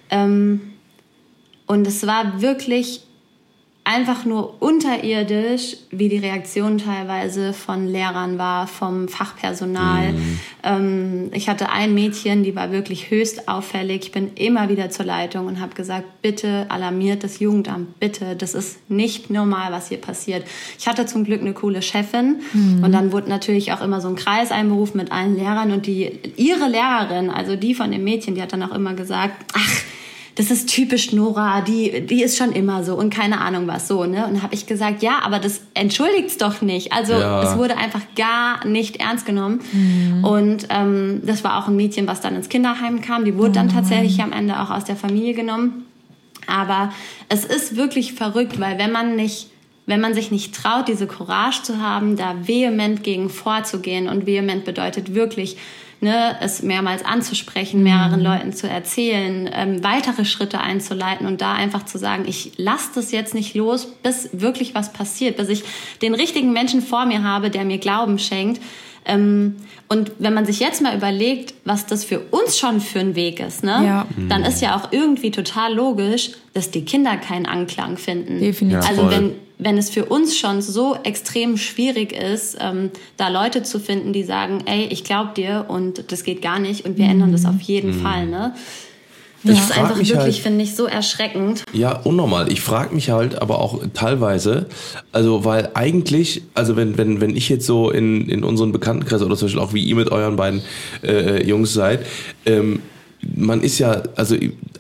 Speaker 5: und es war wirklich einfach nur unterirdisch, wie die Reaktion teilweise von Lehrern war, vom Fachpersonal. Ich hatte ein Mädchen, die war wirklich höchst auffällig. Ich bin immer wieder zur Leitung und habe gesagt, bitte alarmiert das Jugendamt, bitte. Das ist nicht normal, was hier passiert. Ich hatte zum Glück eine coole Chefin und dann wurde natürlich auch immer so ein Kreis einberufen mit allen Lehrern und ihre Lehrerin, also die von dem Mädchen, die hat dann auch immer gesagt, ach, das ist typisch Nora, die ist schon immer so und keine Ahnung was so, ne? Und habe ich gesagt, ja, aber das entschuldigt's doch nicht. Also es wurde einfach gar nicht ernst genommen. Und das war auch ein Mädchen, was dann ins Kinderheim kam. Die wurde dann tatsächlich am Ende auch aus der Familie genommen. Aber es ist wirklich verrückt, weil wenn man sich nicht traut, diese Courage zu haben, da vehement gegen vorzugehen und vehement bedeutet wirklich, ne, es mehrmals anzusprechen, mehreren Leuten zu erzählen, weitere Schritte einzuleiten und da einfach zu sagen, ich lasse das jetzt nicht los, bis wirklich was passiert, bis ich den richtigen Menschen vor mir habe, der mir Glauben schenkt. Und wenn man sich jetzt mal überlegt, was das für uns schon für ein Weg ist, ne, dann ist ja auch irgendwie total logisch, dass die Kinder keinen Anklang finden.
Speaker 3: Definitiv.
Speaker 5: Ja, also wenn es für uns schon so extrem schwierig ist, da Leute zu finden, die sagen, ey, ich glaub dir und das geht gar nicht und wir ändern das auf jeden Fall, ne? Das ist einfach wirklich, finde ich, so erschreckend.
Speaker 1: Ja, unnormal. Ich frage mich halt aber auch teilweise, also weil eigentlich, also wenn ich jetzt so in unseren Bekanntenkreis oder zum Beispiel auch wie ihr mit euren beiden Jungs seid, man ist ja, also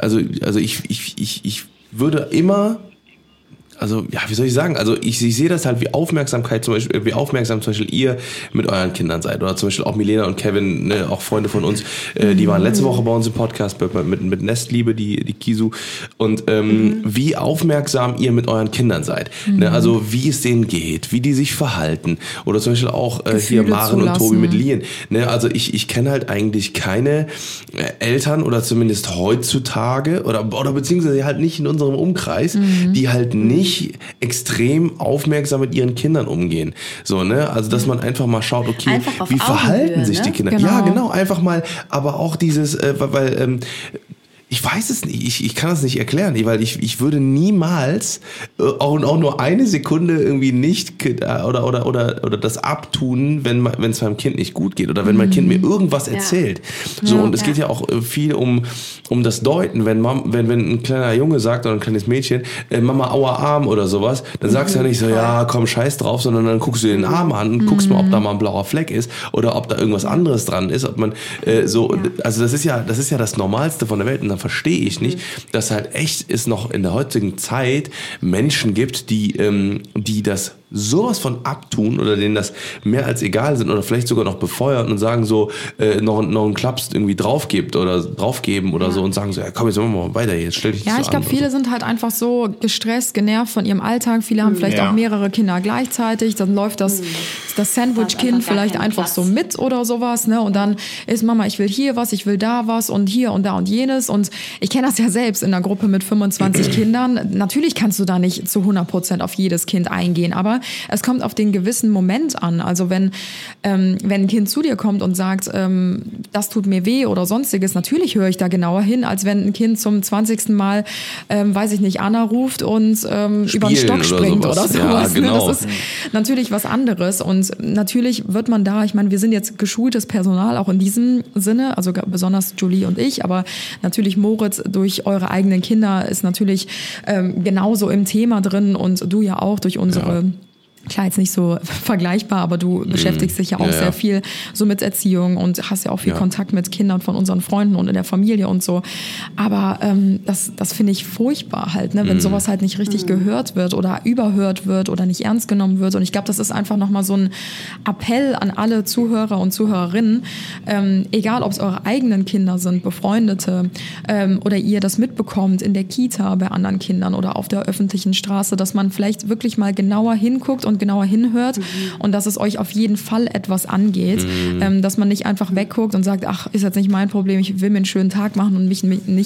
Speaker 1: ich würde immer, also ja, wie soll ich sagen? Also ich sehe das halt, wie aufmerksam zum Beispiel ihr mit euren Kindern seid. Oder zum Beispiel auch Milena und Kevin, ne, auch Freunde von uns, die waren letzte Woche bei uns im Podcast mit Nestliebe, die Kisu. Und wie aufmerksam ihr mit euren Kindern seid. Ne? Also wie es denen geht, wie die sich verhalten. Oder zum Beispiel auch hier Maren und Tobi mit Lien. Ne? Also ich kenne halt eigentlich keine Eltern oder zumindest heutzutage oder beziehungsweise halt nicht in unserem Umkreis, die halt nicht extrem aufmerksam mit ihren Kindern umgehen. So, ne? Also, dass man einfach mal schaut, okay, wie verhalten sich die Kinder? Genau. Ja, genau, einfach mal, aber auch dieses, weil ich weiß es nicht, ich kann das nicht erklären, weil ich würde niemals auch nur eine Sekunde irgendwie nicht oder das abtun, wenn es meinem Kind nicht gut geht oder wenn mein Kind mir irgendwas erzählt. So, und es geht ja auch viel um das Deuten, wenn ein kleiner Junge sagt oder ein kleines Mädchen, Mama, aua Arm oder sowas, dann sagst du ja nicht so, ja, komm, scheiß drauf, sondern dann guckst du den Arm an und guckst mal, ob da mal ein blauer Fleck ist oder ob da irgendwas anderes dran ist, ob man also das ist ja das Normalste von der Welt. Und dann verstehe ich nicht, dass halt echt es noch in der heutigen Zeit Menschen gibt, die das sowas von abtun oder denen das mehr als egal sind oder vielleicht sogar noch befeuern und sagen so, noch einen Klaps irgendwie draufgeben oder so und sagen so, ja komm, jetzt machen wir mal weiter, jetzt stell dich nicht so an.
Speaker 3: Ja, ich glaube, viele sind halt einfach so gestresst, genervt von ihrem Alltag. Viele haben vielleicht auch mehrere Kinder gleichzeitig. Dann läuft das Sandwich-Kind vielleicht einfach so mit oder sowas, ne? Und dann ist Mama, ich will hier was, ich will da was und hier und da und jenes. Und ich kenne das ja selbst in einer Gruppe mit 25 Kindern. Natürlich kannst du da nicht zu 100% auf jedes Kind eingehen, aber es kommt auf den gewissen Moment an. Also wenn ein Kind zu dir kommt und sagt, das tut mir weh oder sonstiges, natürlich höre ich da genauer hin, als wenn ein Kind zum 20. Mal, weiß ich nicht, Anna ruft und über den Stock springt oder sowas.
Speaker 1: Ja, genau.
Speaker 3: Das ist natürlich was anderes. Und natürlich wird man da, ich meine, wir sind jetzt geschultes Personal, auch in diesem Sinne, also besonders Julie und ich, aber natürlich Moritz durch eure eigenen Kinder ist natürlich genauso im Thema drin und du ja auch durch unsere... Klar, jetzt nicht so vergleichbar, aber du beschäftigst dich ja auch sehr viel so mit Erziehung und hast ja auch viel Kontakt mit Kindern von unseren Freunden und in der Familie und so. Aber das finde ich furchtbar halt, ne, wenn sowas halt nicht richtig gehört wird oder überhört wird oder nicht ernst genommen wird. Und ich glaube, das ist einfach nochmal so ein Appell an alle Zuhörer und Zuhörerinnen, egal ob es eure eigenen Kinder sind, Befreundete oder ihr das mitbekommt in der Kita bei anderen Kindern oder auf der öffentlichen Straße, dass man vielleicht wirklich mal genauer hinguckt und genauer hinhört und dass es euch auf jeden Fall etwas angeht, dass man nicht einfach wegguckt und sagt, ach, ist jetzt nicht mein Problem, ich will mir einen schönen Tag machen und mich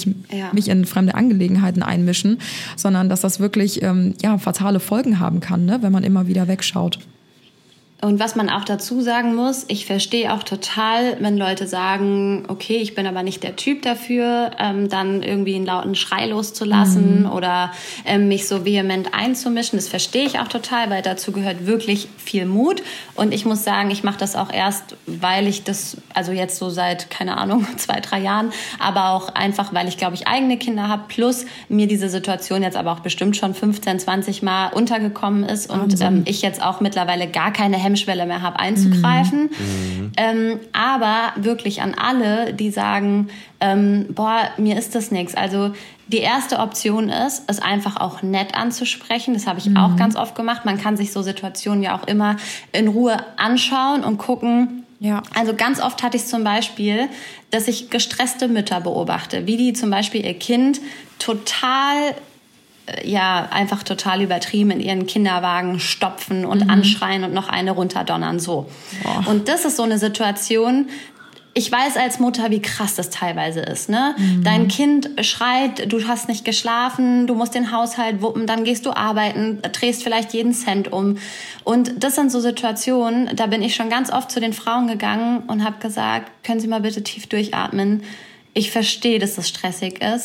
Speaker 3: in fremde Angelegenheiten einmischen, sondern dass das wirklich fatale Folgen haben kann, ne, wenn man immer wieder wegschaut.
Speaker 5: Und was man auch dazu sagen muss, ich verstehe auch total, wenn Leute sagen, okay, ich bin aber nicht der Typ dafür, dann irgendwie einen lauten Schrei loszulassen oder mich so vehement einzumischen. Das verstehe ich auch total, weil dazu gehört wirklich viel Mut. Und ich muss sagen, ich mache das auch erst, weil ich das, also jetzt so seit, keine Ahnung, 2-3 Jahren, aber auch einfach, weil ich, glaube ich, eigene Kinder habe, plus mir diese Situation jetzt aber auch bestimmt schon 15, 20 Mal untergekommen ist und ich jetzt auch mittlerweile gar keine Hemmschwelle mehr habe, einzugreifen. Aber wirklich an alle, die sagen, mir ist das nichts. Also die erste Option ist, es einfach auch nett anzusprechen. Das habe ich auch ganz oft gemacht. Man kann sich so Situationen ja auch immer in Ruhe anschauen und gucken. Ja. Also ganz oft hatte ich zum Beispiel, dass ich gestresste Mütter beobachte, wie die zum Beispiel ihr Kind einfach total übertrieben in ihren Kinderwagen stopfen und anschreien und noch eine runterdonnern, so. Oh. Und das ist so eine Situation, ich weiß als Mutter, wie krass das teilweise ist, ne? Dein Kind schreit, du hast nicht geschlafen, du musst den Haushalt wuppen, dann gehst du arbeiten, drehst vielleicht jeden Cent um. Und das sind so Situationen, da bin ich schon ganz oft zu den Frauen gegangen und habe gesagt, können Sie mal bitte tief durchatmen. Ich verstehe, dass das stressig ist.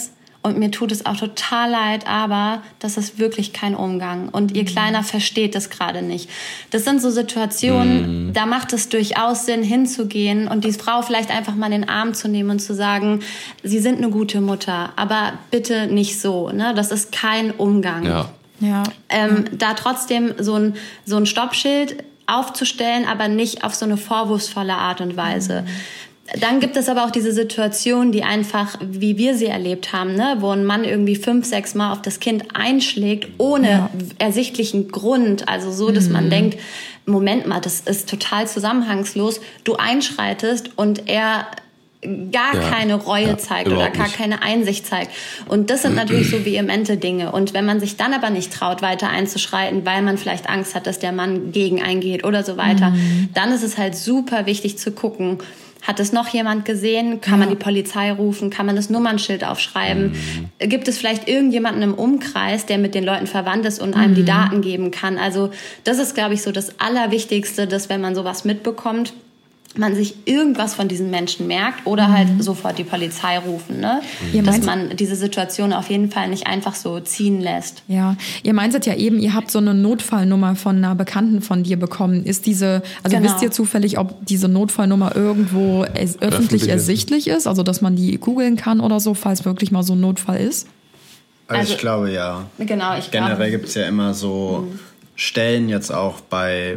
Speaker 5: und mir tut es auch total leid, aber das ist wirklich kein Umgang und ihr Kleiner versteht das gerade nicht. Das sind so Situationen, da macht es durchaus Sinn, hinzugehen und die Frau vielleicht einfach mal in den Arm zu nehmen und zu sagen, Sie sind eine gute Mutter, aber bitte nicht so, ne? Das ist kein Umgang.
Speaker 3: Ja.
Speaker 5: Da trotzdem so ein Stoppschild aufzustellen, aber nicht auf so eine vorwurfsvolle Art und Weise. Dann gibt es aber auch diese Situation, die einfach, wie wir sie erlebt haben, ne, wo ein Mann irgendwie 5-6 Mal auf das Kind einschlägt, ohne ersichtlichen Grund. Also so, dass man denkt, Moment mal, das ist total zusammenhangslos. Du einschreitest und er gar keine Reue zeigt oder gar keine Einsicht zeigt. Und das sind natürlich so vehemente Dinge. Und wenn man sich dann aber nicht traut, weiter einzuschreiten, weil man vielleicht Angst hat, dass der Mann gegen eingeht oder so weiter, dann ist es halt super wichtig zu gucken, hat es noch jemand gesehen? Kann man die Polizei rufen? Kann man das Nummernschild aufschreiben? Gibt es vielleicht irgendjemanden im Umkreis, der mit den Leuten verwandt ist und einem die Daten geben kann? Also das ist, glaube ich, so das Allerwichtigste, dass wenn man sowas mitbekommt, man sich irgendwas von diesen Menschen merkt oder halt sofort die Polizei rufen, ne? Dass man diese Situation auf jeden Fall nicht einfach so ziehen lässt.
Speaker 3: Ja, ihr meintet ja eben, ihr habt so eine Notfallnummer von einer Bekannten von dir bekommen. Ist diese, also wisst ihr zufällig, ob diese Notfallnummer irgendwo öffentlich ersichtlich ist? Also, dass man die googeln kann oder so, falls wirklich mal so ein Notfall ist?
Speaker 4: Also ich glaube, ja.
Speaker 5: Genau,
Speaker 4: Generell gibt es ja immer so Stellen jetzt auch bei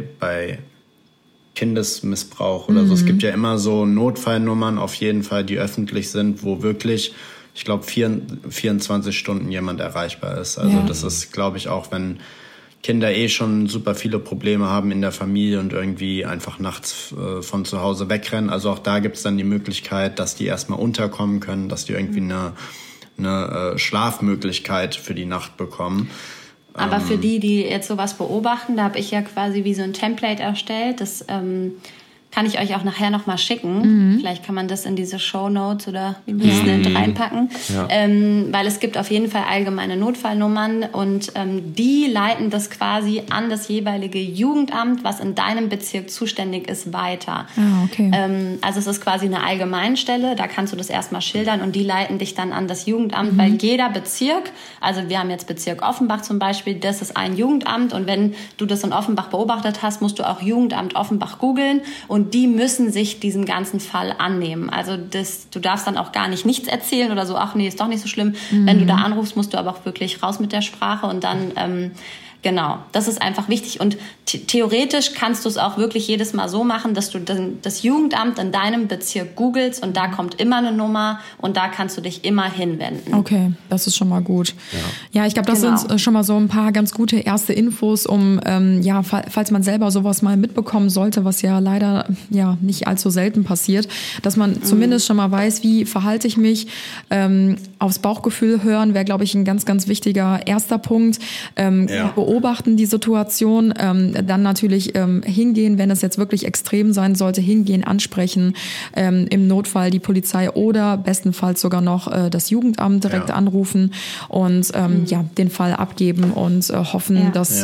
Speaker 4: Kindesmissbrauch oder so. Es gibt ja immer so Notfallnummern auf jeden Fall, die öffentlich sind, wo wirklich, ich glaube, 24 Stunden jemand erreichbar ist. Also das ist, glaube ich, auch wenn Kinder schon super viele Probleme haben in der Familie und irgendwie einfach nachts von zu Hause wegrennen. Also auch da gibt es dann die Möglichkeit, dass die erstmal unterkommen können, dass die irgendwie eine Schlafmöglichkeit für die Nacht bekommen.
Speaker 5: Aber für die jetzt sowas beobachten, da habe ich ja quasi wie so ein Template erstellt. Das kann ich euch auch nachher nochmal schicken. Vielleicht kann man das in diese Shownotes oder wie wir es nennt reinpacken. Ja. Weil es gibt auf jeden Fall allgemeine Notfallnummern und die leiten das quasi an das jeweilige Jugendamt, was in deinem Bezirk zuständig ist, weiter.
Speaker 3: Ah, okay.
Speaker 5: Also es ist quasi eine Allgemeinstelle, da kannst du das erstmal schildern und die leiten dich dann an das Jugendamt, weil jeder Bezirk, also wir haben jetzt Bezirk Offenbach zum Beispiel, das ist ein Jugendamt und wenn du das in Offenbach beobachtet hast, musst du auch Jugendamt Offenbach googeln und die müssen sich diesem ganzen Fall annehmen. Also du darfst dann auch gar nichts erzählen oder so, ach nee, ist doch nicht so schlimm. Wenn du da anrufst, musst du aber auch wirklich raus mit der Sprache und dann, genau, das ist einfach wichtig. Und theoretisch kannst du es auch wirklich jedes Mal so machen, dass du das Jugendamt in deinem Bezirk googelst und da kommt immer eine Nummer und da kannst du dich immer hinwenden.
Speaker 3: Okay, das ist schon mal gut. Ja, ich glaube, das sind schon mal so ein paar ganz gute erste Infos, um, falls man selber sowas mal mitbekommen sollte, was ja leider nicht allzu selten passiert, dass man zumindest schon mal weiß, wie verhalte ich mich. Aufs Bauchgefühl hören wäre, glaube ich, ein ganz, ganz wichtiger erster Punkt. Beobachten die Situation, dann natürlich hingehen, wenn es jetzt wirklich extrem sein sollte, hingehen, ansprechen, im Notfall die Polizei oder bestenfalls sogar noch das Jugendamt direkt anrufen und den Fall abgeben und hoffen, dass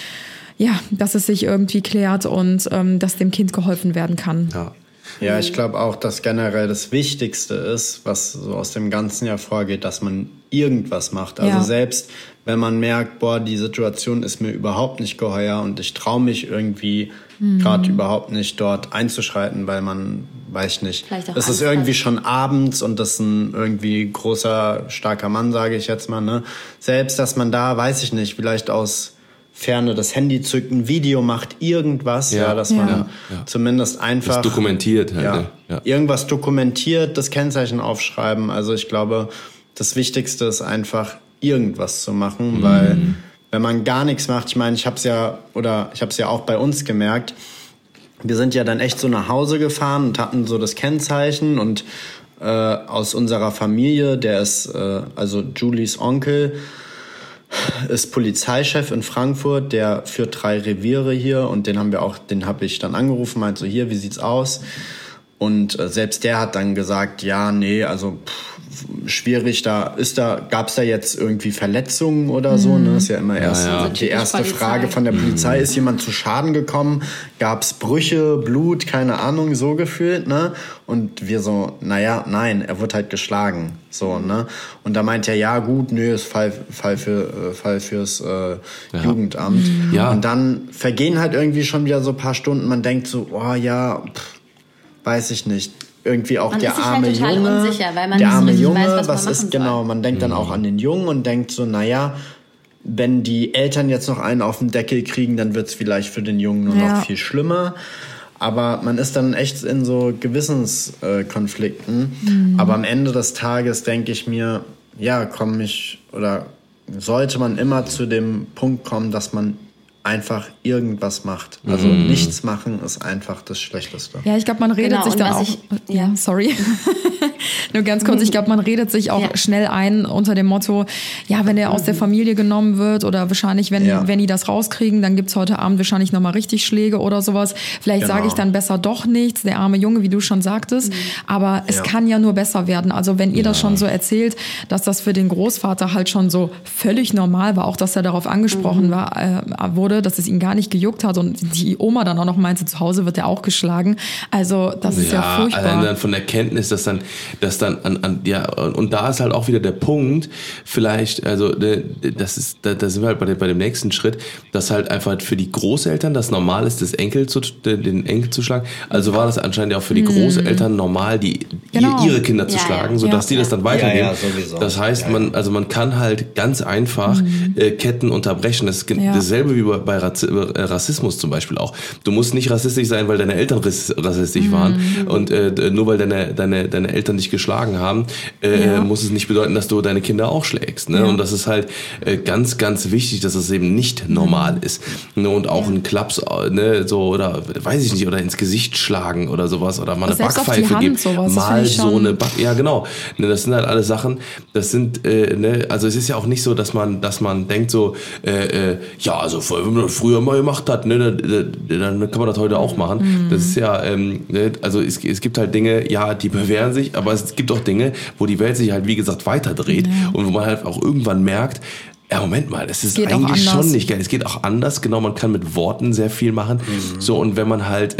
Speaker 3: es sich irgendwie klärt und dass dem Kind geholfen werden kann.
Speaker 4: Ja, ich glaube auch, dass generell das Wichtigste ist, was so aus dem ganzen Jahr vorgeht, dass man irgendwas macht. Also selbst wenn man merkt, die Situation ist mir überhaupt nicht geheuer und ich traue mich irgendwie gerade überhaupt nicht dort einzuschreiten, weil man, weiß ich nicht, es ist irgendwie schon abends und das ist ein irgendwie großer, starker Mann, sage ich jetzt mal, ne? Selbst, dass man da, weiß ich nicht, vielleicht aus Ferne das Handy zückt, ein Video macht, irgendwas, dass man zumindest einfach
Speaker 1: das dokumentiert.
Speaker 4: Irgendwas dokumentiert, das Kennzeichen aufschreiben. Also ich glaube, das Wichtigste ist einfach, irgendwas zu machen, weil wenn man gar nichts macht, ich meine, ich habe es ja auch bei uns gemerkt, wir sind ja dann echt so nach Hause gefahren und hatten so das Kennzeichen und aus unserer Familie, der ist, also Julies Onkel, ist Polizeichef in Frankfurt, der führt 3 Reviere hier und den habe ich dann angerufen, meinte so, hier, wie sieht's aus? Und selbst der hat dann gesagt, ja, nee, also schwierig, gab es da jetzt irgendwie Verletzungen oder so, ne? Ist ja immer erst die erste Frage von der Polizei. Ist jemand zu Schaden gekommen? Gab es Brüche, Blut, keine Ahnung, so gefühlt, ne? Und wir so, nein, er wurde halt geschlagen, so, ne? Und da meint er, ja gut, nö, ist Fall fürs Jugendamt. Ja. Und dann vergehen halt irgendwie schon wieder so ein paar Stunden, man denkt so, oh ja, weiß ich nicht. Irgendwie auch der arme Junge,
Speaker 5: halt total unsicher, weil man
Speaker 4: der
Speaker 5: nicht so
Speaker 4: arme
Speaker 5: richtig
Speaker 4: Junge,
Speaker 5: weiß, was man
Speaker 4: was
Speaker 5: machen
Speaker 4: ist
Speaker 5: soll.
Speaker 4: genau, man denkt dann auch an den Jungen und denkt so, wenn die Eltern jetzt noch einen auf den Deckel kriegen, dann wird's vielleicht für den Jungen nur noch viel schlimmer. Aber man ist dann echt in so Gewissenskonflikten. Aber am Ende des Tages denke ich mir, sollte man immer zu dem Punkt kommen, dass man einfach irgendwas macht. Also nichts machen ist einfach das Schlechteste.
Speaker 3: Ja, ich glaube, man redet sich dann auch... sorry. Nur ganz kurz, ich glaube, man redet sich auch schnell ein unter dem Motto, ja, wenn er aus der Familie genommen wird oder wahrscheinlich, wenn die das rauskriegen, dann gibt's heute Abend wahrscheinlich nochmal richtig Schläge oder sowas. Vielleicht sage ich dann besser doch nichts, der arme Junge, wie du schon sagtest. Aber es kann ja nur besser werden. Also wenn ihr das schon so erzählt, dass das für den Großvater halt schon so völlig normal war, auch dass er darauf angesprochen wurde, dass es ihn gar nicht gejuckt hat und die Oma dann auch noch meinte, zu Hause wird er auch geschlagen. Also das ist ja furchtbar.
Speaker 1: Allein dann von der Kenntnis, dass dann und da ist halt auch wieder der Punkt, vielleicht, also da sind wir halt bei dem nächsten Schritt, dass halt einfach für die Großeltern das normal ist, den Enkel zu schlagen. Also war das anscheinend ja auch für die Großeltern normal, ihre Kinder zu schlagen, sodass die das dann weitergeben. Ja, sowieso. Das heißt, man kann halt ganz einfach Ketten unterbrechen. Das ist dasselbe wie bei Rassismus zum Beispiel auch. Du musst nicht rassistisch sein, weil deine Eltern rassistisch waren und nur weil deine Eltern dich geschlagen haben, muss es nicht bedeuten, dass du deine Kinder auch schlägst. Ne? Ja. Und das ist halt ganz, ganz wichtig, dass das eben nicht normal ist. Ne? Und auch ein Klaps, ne, so, oder weiß ich nicht, oder ins Gesicht schlagen oder sowas, oder mal eine Backpfeife geben. Mal so eine ja, genau. Ne, das sind halt alle Sachen, das sind, also es ist ja auch nicht so, dass man denkt so, also wenn man das früher mal gemacht hat, ne, dann kann man das heute auch machen. Das ist ja, also es gibt halt Dinge, die bewähren sich, aber es gibt auch Dinge, wo die Welt sich halt, wie gesagt, weiterdreht und wo man halt auch irgendwann merkt, ja, Moment mal, das ist eigentlich schon nicht geil. Es geht auch anders, genau, man kann mit Worten sehr viel machen. So, und wenn man halt,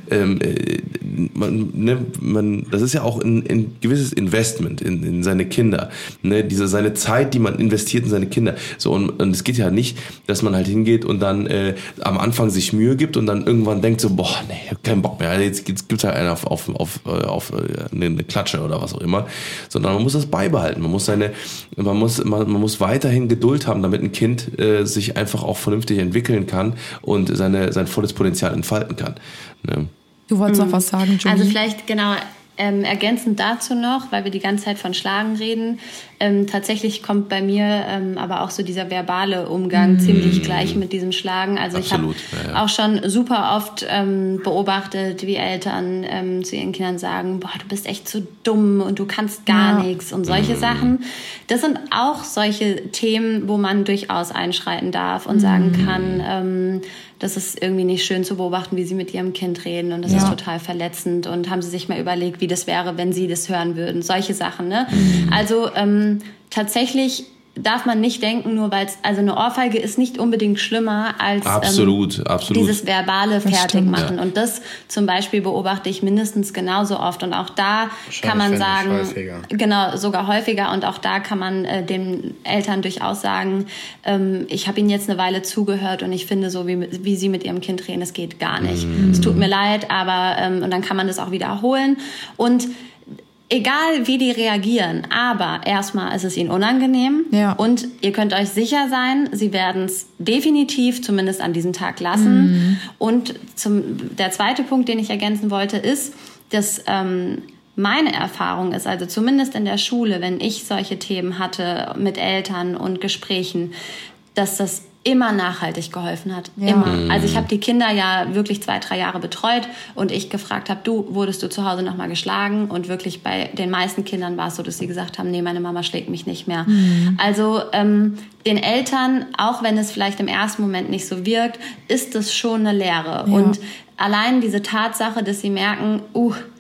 Speaker 1: das ist ja auch ein gewisses Investment in seine Kinder. Ne? Seine Zeit, die man investiert in seine Kinder. So, und es geht ja nicht, dass man halt hingeht und dann am Anfang sich Mühe gibt und dann irgendwann denkt so, boah, nee, ich hab keinen Bock mehr. Jetzt gibt's halt einen auf eine Klatsche oder was auch immer. Sondern man muss das beibehalten. Man muss weiterhin Geduld haben, damit ein Kind sich einfach auch vernünftig entwickeln kann und sein volles Potenzial entfalten kann. Ne?
Speaker 3: Du wolltest noch was sagen, Julie?
Speaker 5: Also vielleicht genau ergänzend dazu noch, weil wir die ganze Zeit von Schlagen reden. Tatsächlich kommt bei mir aber auch so dieser verbale Umgang ziemlich gleich mit diesem Schlagen. Also absolut, ich habe auch schon super oft beobachtet, wie Eltern zu ihren Kindern sagen, boah, du bist echt zu dumm und du kannst gar nichts und solche Sachen. Das sind auch solche Themen, wo man durchaus einschreiten darf und sagen kann, das ist irgendwie nicht schön zu beobachten, wie sie mit ihrem Kind reden und das ist total verletzend und haben sie sich mal überlegt, wie das wäre, wenn sie das hören würden. Solche Sachen, ne? Also tatsächlich darf man nicht denken, nur weil also eine Ohrfeige ist nicht unbedingt schlimmer als
Speaker 1: absolut.
Speaker 5: dieses verbale Fertigmachen. Und das zum Beispiel beobachte ich mindestens genauso oft. Und auch da kann man sagen, genau, sogar häufiger. Und auch da kann man den Eltern durchaus sagen, ich habe ihnen jetzt eine Weile zugehört und ich finde so, wie sie mit ihrem Kind reden, das geht gar nicht. Es tut mir leid, aber und dann kann man das auch wiederholen. Und egal, wie die reagieren, aber erstmal ist es ihnen unangenehm und ihr könnt euch sicher sein, sie werden es definitiv zumindest an diesem Tag lassen. Und der zweite Punkt, den ich ergänzen wollte, ist, dass meine Erfahrung ist, also zumindest in der Schule, wenn ich solche Themen hatte mit Eltern und Gesprächen, dass das immer nachhaltig geholfen hat. Immer. Also ich habe die Kinder ja wirklich 2-3 Jahre betreut und ich gefragt habe, wurdest du zu Hause nochmal geschlagen? Und wirklich bei den meisten Kindern war es so, dass sie gesagt haben, nee, meine Mama schlägt mich nicht mehr. Also den Eltern, auch wenn es vielleicht im ersten Moment nicht so wirkt, ist das schon eine Lehre. Und allein diese Tatsache, dass sie merken,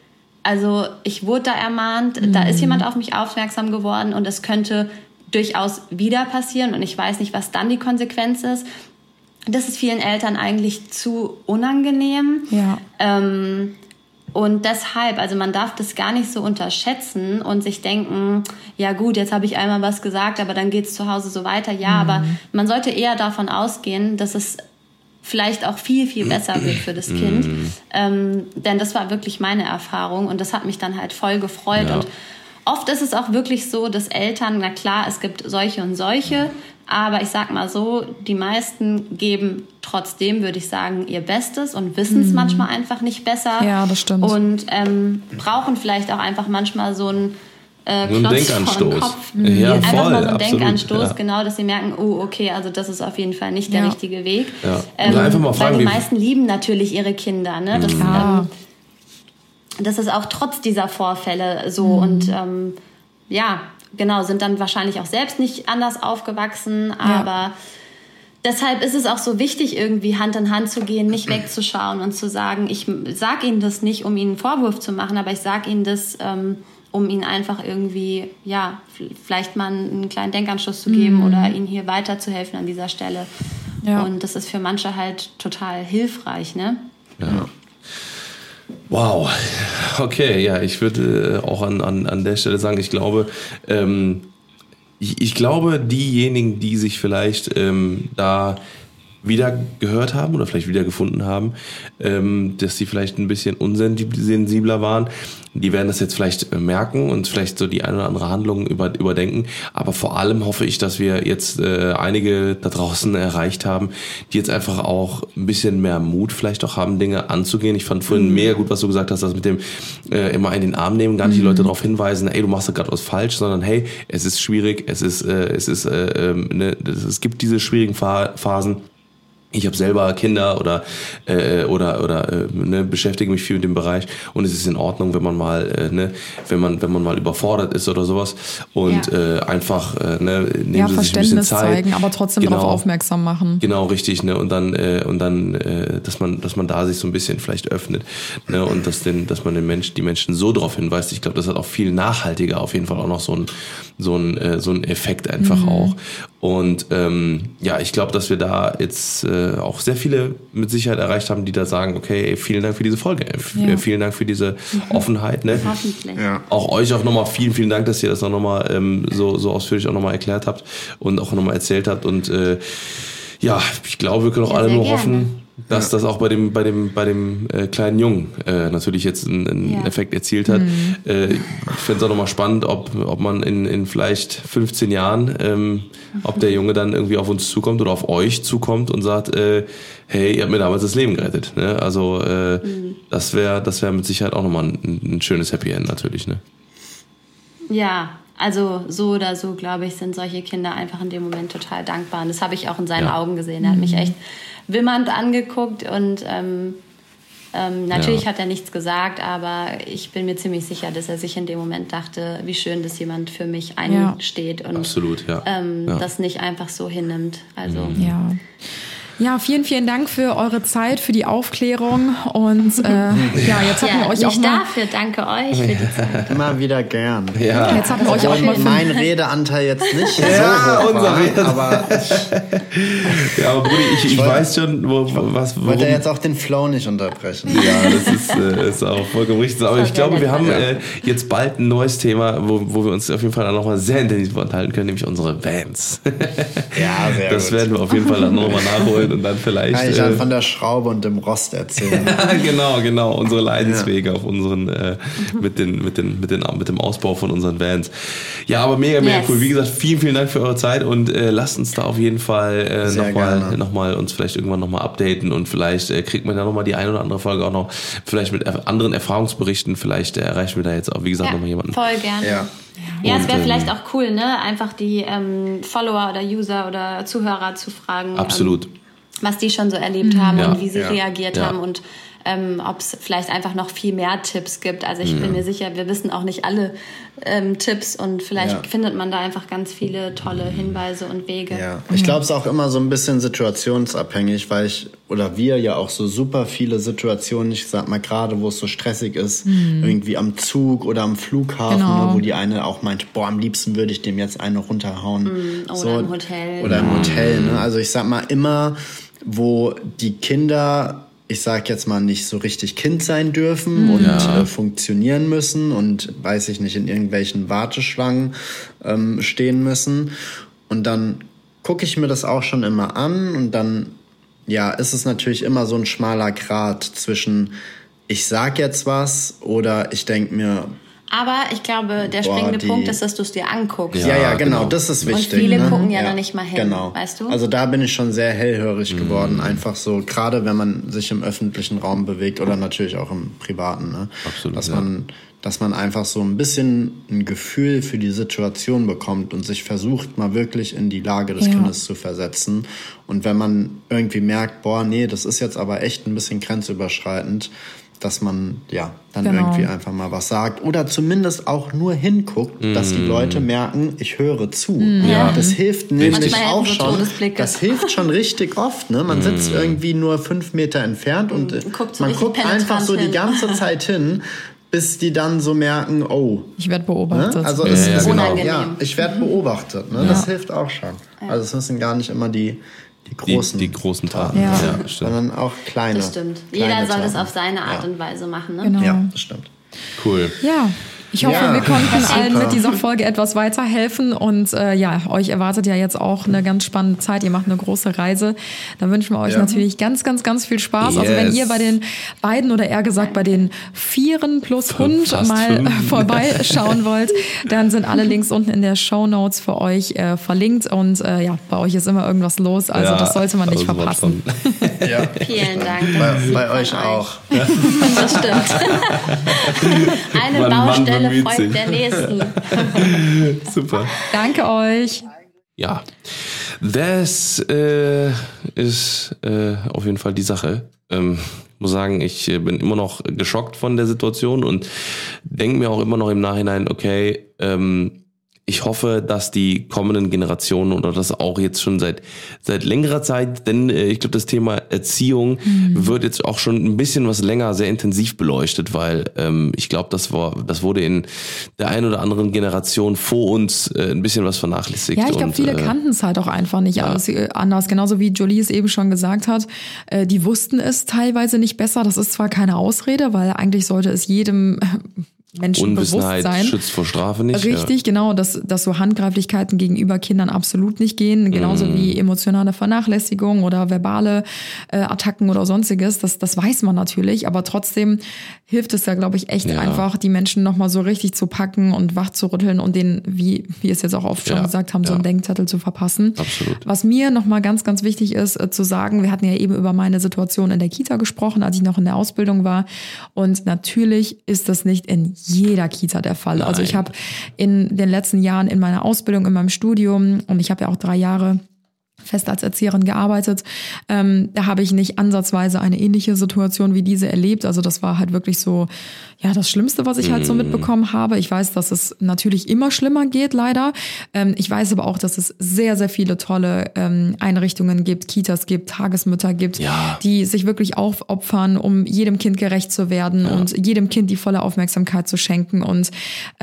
Speaker 5: also ich wurde da ermahnt, da ist jemand auf mich aufmerksam geworden und es könnte durchaus wieder passieren und ich weiß nicht, was dann die Konsequenz ist. Das ist vielen Eltern eigentlich zu unangenehm.
Speaker 3: Ja.
Speaker 5: Und deshalb, also man darf das gar nicht so unterschätzen und sich denken, ja gut, jetzt habe ich einmal was gesagt, aber dann geht's zu Hause so weiter. Ja, aber man sollte eher davon ausgehen, dass es vielleicht auch viel, viel besser wird für das Kind. Denn das war wirklich meine Erfahrung und das hat mich dann halt voll gefreut.
Speaker 1: Ja.
Speaker 5: Und oft ist es auch wirklich so, dass Eltern, na klar, es gibt solche und solche, aber ich sag mal so, die meisten geben trotzdem, würde ich sagen, ihr Bestes und wissen es manchmal einfach nicht besser.
Speaker 3: Ja, das stimmt.
Speaker 5: Und brauchen vielleicht auch einfach manchmal so einen
Speaker 1: ein
Speaker 5: Klotz
Speaker 1: Denkanstoß.
Speaker 5: vor den Kopf.
Speaker 1: Ja,
Speaker 5: Einfach
Speaker 1: voll,
Speaker 5: mal so einen
Speaker 1: absolut,
Speaker 5: Denkanstoß,
Speaker 1: ja.
Speaker 5: genau, dass sie merken, oh, okay, also das ist auf jeden Fall nicht der richtige Weg.
Speaker 1: Ja. Oder einfach mal fragen,
Speaker 5: weil die
Speaker 1: wie-
Speaker 5: meisten lieben natürlich ihre Kinder. Ne? Das ist auch trotz dieser Vorfälle so. Und ja, genau, sind dann wahrscheinlich auch selbst nicht anders aufgewachsen, aber deshalb ist es auch so wichtig, irgendwie Hand in Hand zu gehen, nicht wegzuschauen und zu sagen, ich sage Ihnen das nicht, um Ihnen einen Vorwurf zu machen, aber ich sage Ihnen das, um Ihnen einfach irgendwie, ja, vielleicht mal einen kleinen Denkanstoß zu geben oder Ihnen hier weiterzuhelfen an dieser Stelle.
Speaker 3: Ja.
Speaker 5: Und das ist für manche halt total hilfreich, ne?
Speaker 1: Ja. Wow. Okay, ja, ich würde auch an der Stelle sagen, ich glaube, ich glaube, diejenigen, die sich vielleicht da wieder gehört haben oder vielleicht wieder gefunden haben, dass sie vielleicht ein bisschen unsensibler waren, die werden das jetzt vielleicht merken und vielleicht so die eine oder andere Handlung überdenken. Aber vor allem hoffe ich, dass wir jetzt einige da draußen erreicht haben, die jetzt einfach auch ein bisschen mehr Mut vielleicht auch haben, Dinge anzugehen. Ich fand vorhin mega gut, was du gesagt hast, das mit dem immer in den Arm nehmen, gar nicht die Leute darauf hinweisen, ey, du machst da gerade was falsch, sondern hey, es ist schwierig, es gibt diese schwierigen Phasen. Ich habe selber Kinder oder beschäftige mich viel mit dem Bereich und es ist in Ordnung, wenn man mal wenn man mal überfordert ist oder sowas und einfach nehmen Sie sich ein bisschen
Speaker 3: Verständnis
Speaker 1: Zeit,
Speaker 3: zeigen, aber trotzdem darauf aufmerksam machen.
Speaker 1: Genau, richtig, ne, und dann dass man da sich so ein bisschen vielleicht öffnet, ne, und dass man die Menschen so darauf hinweist. Ich glaube, das hat auch viel nachhaltiger auf jeden Fall auch noch so ein Effekt einfach auch. Und ich glaube, dass wir da jetzt auch sehr viele mit Sicherheit erreicht haben, die da sagen, okay, ey, vielen Dank für diese Folge, vielen Dank für diese Offenheit. Ne?
Speaker 5: Hoffentlich.
Speaker 4: Ja.
Speaker 1: Auch euch auch nochmal vielen, vielen Dank, dass ihr das auch nochmal so ausführlich auch nochmal erklärt habt und auch nochmal erzählt habt. Und ich glaube, wir können auch alle
Speaker 5: sehr
Speaker 1: nur
Speaker 5: gerne.
Speaker 1: hoffen, dass das auch bei dem kleinen Jungen natürlich jetzt einen Effekt erzielt hat. Ich fände es auch nochmal spannend, ob man in vielleicht 15 Jahren, ob der Junge dann irgendwie auf uns zukommt oder auf euch zukommt und sagt, hey, ihr habt mir damals das Leben gerettet. Ne? Also das wäre mit Sicherheit auch nochmal ein schönes Happy End natürlich. Ne?
Speaker 5: Ja, also so oder so, glaube ich, sind solche Kinder einfach in dem Moment total dankbar. Und das habe ich auch in seinen Augen gesehen. Er hat mich echt wimmernd angeguckt und natürlich hat er nichts gesagt, aber ich bin mir ziemlich sicher, dass er sich in dem Moment dachte, wie schön, dass jemand für mich einsteht und
Speaker 1: Absolut,
Speaker 5: das nicht einfach so hinnimmt. Also
Speaker 3: Ja, vielen, vielen Dank für eure Zeit, für die Aufklärung und jetzt hatten wir euch auch
Speaker 5: nicht
Speaker 3: mal...
Speaker 5: dafür, danke euch für die Zeit.
Speaker 4: Immer wieder gern.
Speaker 1: Ja.
Speaker 3: Jetzt hatten wir euch auch mal...
Speaker 4: Mein Redeanteil jetzt nicht so
Speaker 1: Ja,
Speaker 4: hoch
Speaker 1: unser
Speaker 4: war,
Speaker 1: Rede.
Speaker 4: aber
Speaker 1: Ja, aber Brudi, ich weiß schon, worum.
Speaker 4: wollte jetzt auch den Flow nicht unterbrechen.
Speaker 1: Ja, das ist auch vollkommen richtig. Aber ich glaube, wir haben jetzt bald ein neues Thema, wo wir uns auf jeden Fall dann nochmal sehr intensiv unterhalten können, nämlich unsere Vans.
Speaker 4: Ja, sehr
Speaker 1: Das
Speaker 4: gut.
Speaker 1: werden wir auf jeden Fall dann nochmal nachholen und dann vielleicht...
Speaker 4: Kann ich dann von der Schraube und dem Rost erzählen.
Speaker 1: genau, unsere Leidenswege auf unseren, mit dem Ausbau von unseren Vans. Ja, aber mega
Speaker 5: Yes.
Speaker 1: cool. Wie gesagt, vielen, vielen Dank für eure Zeit und lasst uns da auf jeden Fall
Speaker 4: Sehr gerne.
Speaker 1: nochmal uns vielleicht irgendwann nochmal updaten und vielleicht kriegt man ja nochmal die eine oder andere Folge auch noch, vielleicht mit anderen Erfahrungsberichten, vielleicht erreichen wir da jetzt auch, wie gesagt, nochmal jemanden.
Speaker 5: Voll gerne.
Speaker 4: Ja.
Speaker 5: Ja, es wäre
Speaker 1: Und,
Speaker 5: vielleicht auch cool, ne? Einfach die Follower oder User oder Zuhörer zu fragen,
Speaker 1: Absolut.
Speaker 5: Was die schon so erlebt haben
Speaker 1: Ja.
Speaker 5: und wie sie
Speaker 4: Ja.
Speaker 5: reagiert
Speaker 1: Ja.
Speaker 5: haben und ob es vielleicht einfach noch viel mehr Tipps gibt. Also ich bin mir sicher, wir wissen auch nicht alle Tipps und vielleicht findet man da einfach ganz viele tolle Hinweise und Wege.
Speaker 4: Ja, ich glaube, es ist auch immer so ein bisschen situationsabhängig, weil ich oder wir ja auch so super viele Situationen, ich sag mal gerade, wo es so stressig ist, irgendwie am Zug oder am Flughafen,
Speaker 3: Genau.
Speaker 4: ne, wo die eine auch meint, boah, am liebsten würde ich dem jetzt eine runterhauen.
Speaker 5: Oder im Hotel.
Speaker 4: Oder im Hotel, ne? Also ich sag mal immer, wo die Kinder, ich sag jetzt mal, nicht so richtig Kind sein dürfen und funktionieren müssen und, weiß ich nicht, in irgendwelchen Warteschlangen stehen müssen. Und dann gucke ich mir das auch schon immer an und dann ist es natürlich immer so ein schmaler Grat zwischen ich sag jetzt was oder ich denk mir...
Speaker 5: Aber ich glaube, der springende Punkt ist, dass du es dir anguckst.
Speaker 4: Ja, genau, das ist wichtig.
Speaker 5: Und viele
Speaker 4: ne?
Speaker 5: gucken ja da nicht mal hin,
Speaker 4: genau.
Speaker 5: weißt du?
Speaker 4: Also da bin ich schon sehr hellhörig geworden, einfach so, gerade wenn man sich im öffentlichen Raum bewegt oder natürlich auch im privaten, ne?
Speaker 1: Absolut,
Speaker 4: dass man einfach so ein bisschen ein Gefühl für die Situation bekommt und sich versucht, mal wirklich in die Lage des Kindes zu versetzen. Und wenn man irgendwie merkt, boah, nee, das ist jetzt aber echt ein bisschen grenzüberschreitend, dass man dann irgendwie einfach mal was sagt oder zumindest auch nur hinguckt, dass die Leute merken, ich höre zu. Ja. Das hilft nämlich auch schon. Das hilft schon richtig oft. Ne? Man sitzt irgendwie nur 5 Meter entfernt und man guckt einfach so die ganze Zeit hin, bis die dann so merken, oh,
Speaker 3: ich werde beobachtet.
Speaker 4: Ne? Also es ist ich werde beobachtet. Ne? Das hilft auch schon. Also es müssen gar nicht immer die großen,
Speaker 1: die großen Taten, stimmt.
Speaker 4: sondern auch kleine.
Speaker 5: Das stimmt. Jeder soll das auf seine Art und Weise machen. Ne?
Speaker 3: Genau.
Speaker 4: Ja, das stimmt.
Speaker 1: Cool.
Speaker 3: Ja. Ich hoffe, wir konnten allen mit dieser Folge etwas weiterhelfen und euch erwartet ja jetzt auch eine ganz spannende Zeit. Ihr macht eine große Reise. Da wünschen wir euch natürlich ganz, ganz, ganz viel Spaß. Also wenn ihr bei den beiden oder eher gesagt bei den 4 plus Hund mal vorbeischauen wollt, dann sind alle Links unten in der Shownotes für euch verlinkt und bei euch ist immer irgendwas los. Also das sollte man nicht verpassen.
Speaker 4: Ja.
Speaker 5: Vielen Dank.
Speaker 4: Bei euch auch.
Speaker 5: Das stimmt. Eine Baustelle folgt der nächsten.
Speaker 1: Super.
Speaker 3: Danke euch.
Speaker 1: Ja, das ist auf jeden Fall die Sache. Muss sagen, ich bin immer noch geschockt von der Situation und denke mir auch immer noch im Nachhinein, okay, ich hoffe, dass die kommenden Generationen oder das auch jetzt schon seit längerer Zeit, denn ich glaube, das Thema Erziehung wird jetzt auch schon ein bisschen was länger sehr intensiv beleuchtet, weil ich glaube, das wurde in der einen oder anderen Generation vor uns ein bisschen was vernachlässigt.
Speaker 3: Ja, ich glaube, viele kannten es halt auch einfach nicht alles anders. Genauso wie Jolie es eben schon gesagt hat, die wussten es teilweise nicht besser. Das ist zwar keine Ausrede, weil eigentlich sollte es jedem Menschen
Speaker 1: Unwissenheit
Speaker 3: bewusst sein.
Speaker 1: Schützt vor Strafe nicht.
Speaker 3: Richtig, genau, dass so Handgreiflichkeiten gegenüber Kindern absolut nicht gehen, genauso wie emotionale Vernachlässigung oder verbale Attacken oder sonstiges, das weiß man natürlich, aber trotzdem hilft es ja, glaube ich, echt einfach, die Menschen nochmal so richtig zu packen und wach zu rütteln und denen, wie wir es jetzt auch oft schon gesagt haben, so einen Denkzettel zu verpassen.
Speaker 1: Absolut.
Speaker 3: Was mir nochmal ganz, ganz wichtig ist, zu sagen, wir hatten ja eben über meine Situation in der Kita gesprochen, als ich noch in der Ausbildung war, und natürlich ist das nicht in jeder Kita der Fall. Nein. Also ich habe in den letzten Jahren in meiner Ausbildung, in meinem Studium, und ich habe ja auch 3 Jahre fest als Erzieherin gearbeitet, da habe ich nicht ansatzweise eine ähnliche Situation wie diese erlebt. Also das war halt wirklich so, das Schlimmste, was ich halt so mitbekommen habe. Ich weiß, dass es natürlich immer schlimmer geht, leider. Ich weiß aber auch, dass es sehr, sehr viele tolle Einrichtungen gibt, Kitas gibt, Tagesmütter gibt, die sich wirklich aufopfern, um jedem Kind gerecht zu werden und jedem Kind die volle Aufmerksamkeit zu schenken. Und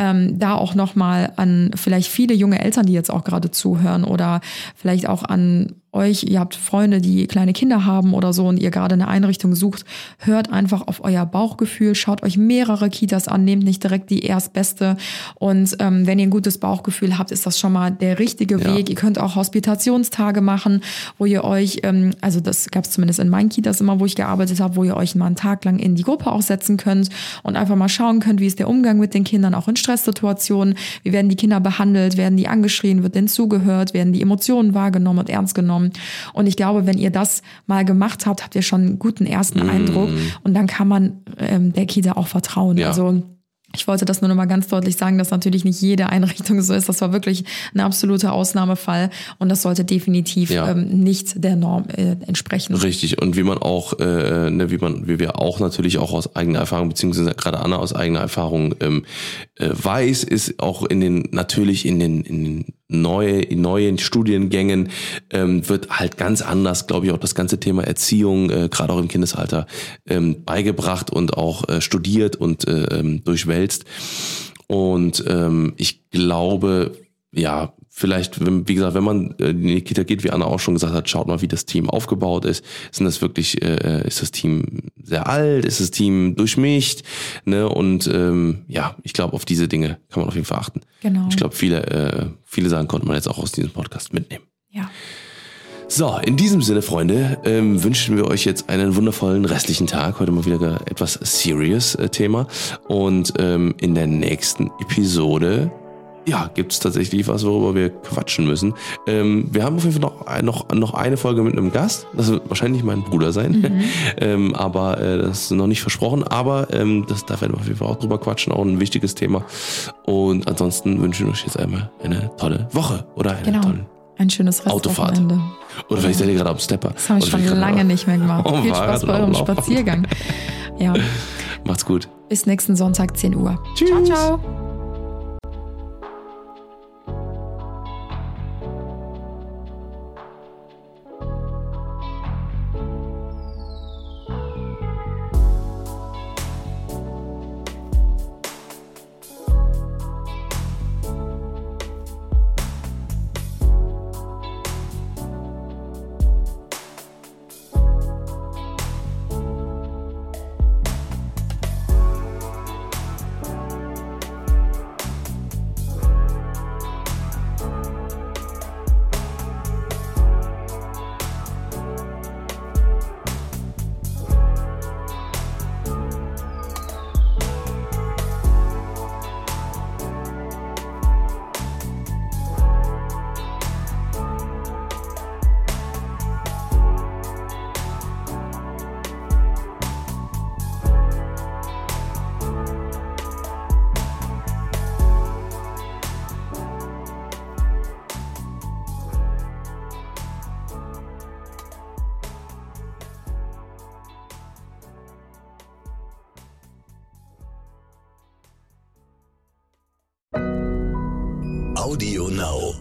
Speaker 3: da auch nochmal an vielleicht viele junge Eltern, die jetzt auch gerade zuhören, oder vielleicht auch an euch, ihr habt Freunde, die kleine Kinder haben oder so und ihr gerade eine Einrichtung sucht, hört einfach auf euer Bauchgefühl, schaut euch mehrere Kitas an, nehmt nicht direkt die erstbeste, und wenn ihr ein gutes Bauchgefühl habt, ist das schon mal der richtige Weg. Ihr könnt auch Hospitationstage machen, wo ihr euch, also das gab es zumindest in meinen Kitas immer, wo ich gearbeitet habe, wo ihr euch mal einen Tag lang in die Gruppe auch setzen könnt und einfach mal schauen könnt, wie ist der Umgang mit den Kindern, auch in Stresssituationen, wie werden die Kinder behandelt, werden die angeschrien, wird denen zugehört, werden die Emotionen wahrgenommen und ernst genommen. Und ich glaube, wenn ihr das mal gemacht habt, habt ihr schon einen guten ersten Eindruck, und dann kann man der Kita auch vertrauen. Ja. Also ich wollte das nur noch mal ganz deutlich sagen, dass natürlich nicht jede Einrichtung so ist. Das war wirklich ein absoluter Ausnahmefall und das sollte definitiv nicht der Norm entsprechen.
Speaker 1: Richtig. Und wie man auch, wie wir auch natürlich auch aus eigener Erfahrung, beziehungsweise gerade Anna aus eigener Erfahrung weiß, ist auch in den neuen Studiengängen wird halt ganz anders, glaube ich, auch das ganze Thema Erziehung, gerade auch im Kindesalter, beigebracht und auch studiert und durchwälzt. Und ich glaube, ja, vielleicht, wie gesagt, wenn man in die Kita geht, wie Anna auch schon gesagt hat, schaut mal, wie das Team aufgebaut ist. Ist das Team sehr alt? Ist das Team durchmischt? Ne? Und ja, ich glaube, auf diese Dinge kann man auf jeden Fall achten.
Speaker 3: Genau.
Speaker 1: Ich glaube, viele Sachen konnte man jetzt auch aus diesem Podcast mitnehmen.
Speaker 3: Ja.
Speaker 1: So, in diesem Sinne, Freunde, wünschen wir euch jetzt einen wundervollen restlichen Tag. Heute mal wieder etwas serious Thema. Und in der nächsten Episode gibt es tatsächlich was, worüber wir quatschen müssen. Wir haben auf jeden Fall noch eine Folge mit einem Gast. Das wird wahrscheinlich mein Bruder sein. Aber das ist noch nicht versprochen. Aber da werden wir auf jeden Fall auch drüber quatschen. Auch ein wichtiges Thema. Und ansonsten wünschen wir euch jetzt einmal eine tolle Woche oder
Speaker 3: ein schönes
Speaker 1: Autofahrt.
Speaker 3: Wochenende.
Speaker 1: Oder vielleicht seid ihr gerade am Stepper.
Speaker 3: Das habe ich schon lange nicht mehr gemacht. Viel Spaß bei eurem Spaziergang. Ja.
Speaker 1: Macht's gut.
Speaker 3: Bis nächsten Sonntag, 10 Uhr.
Speaker 1: Tschüss.
Speaker 3: Ciao, ciao.
Speaker 6: Audio Now.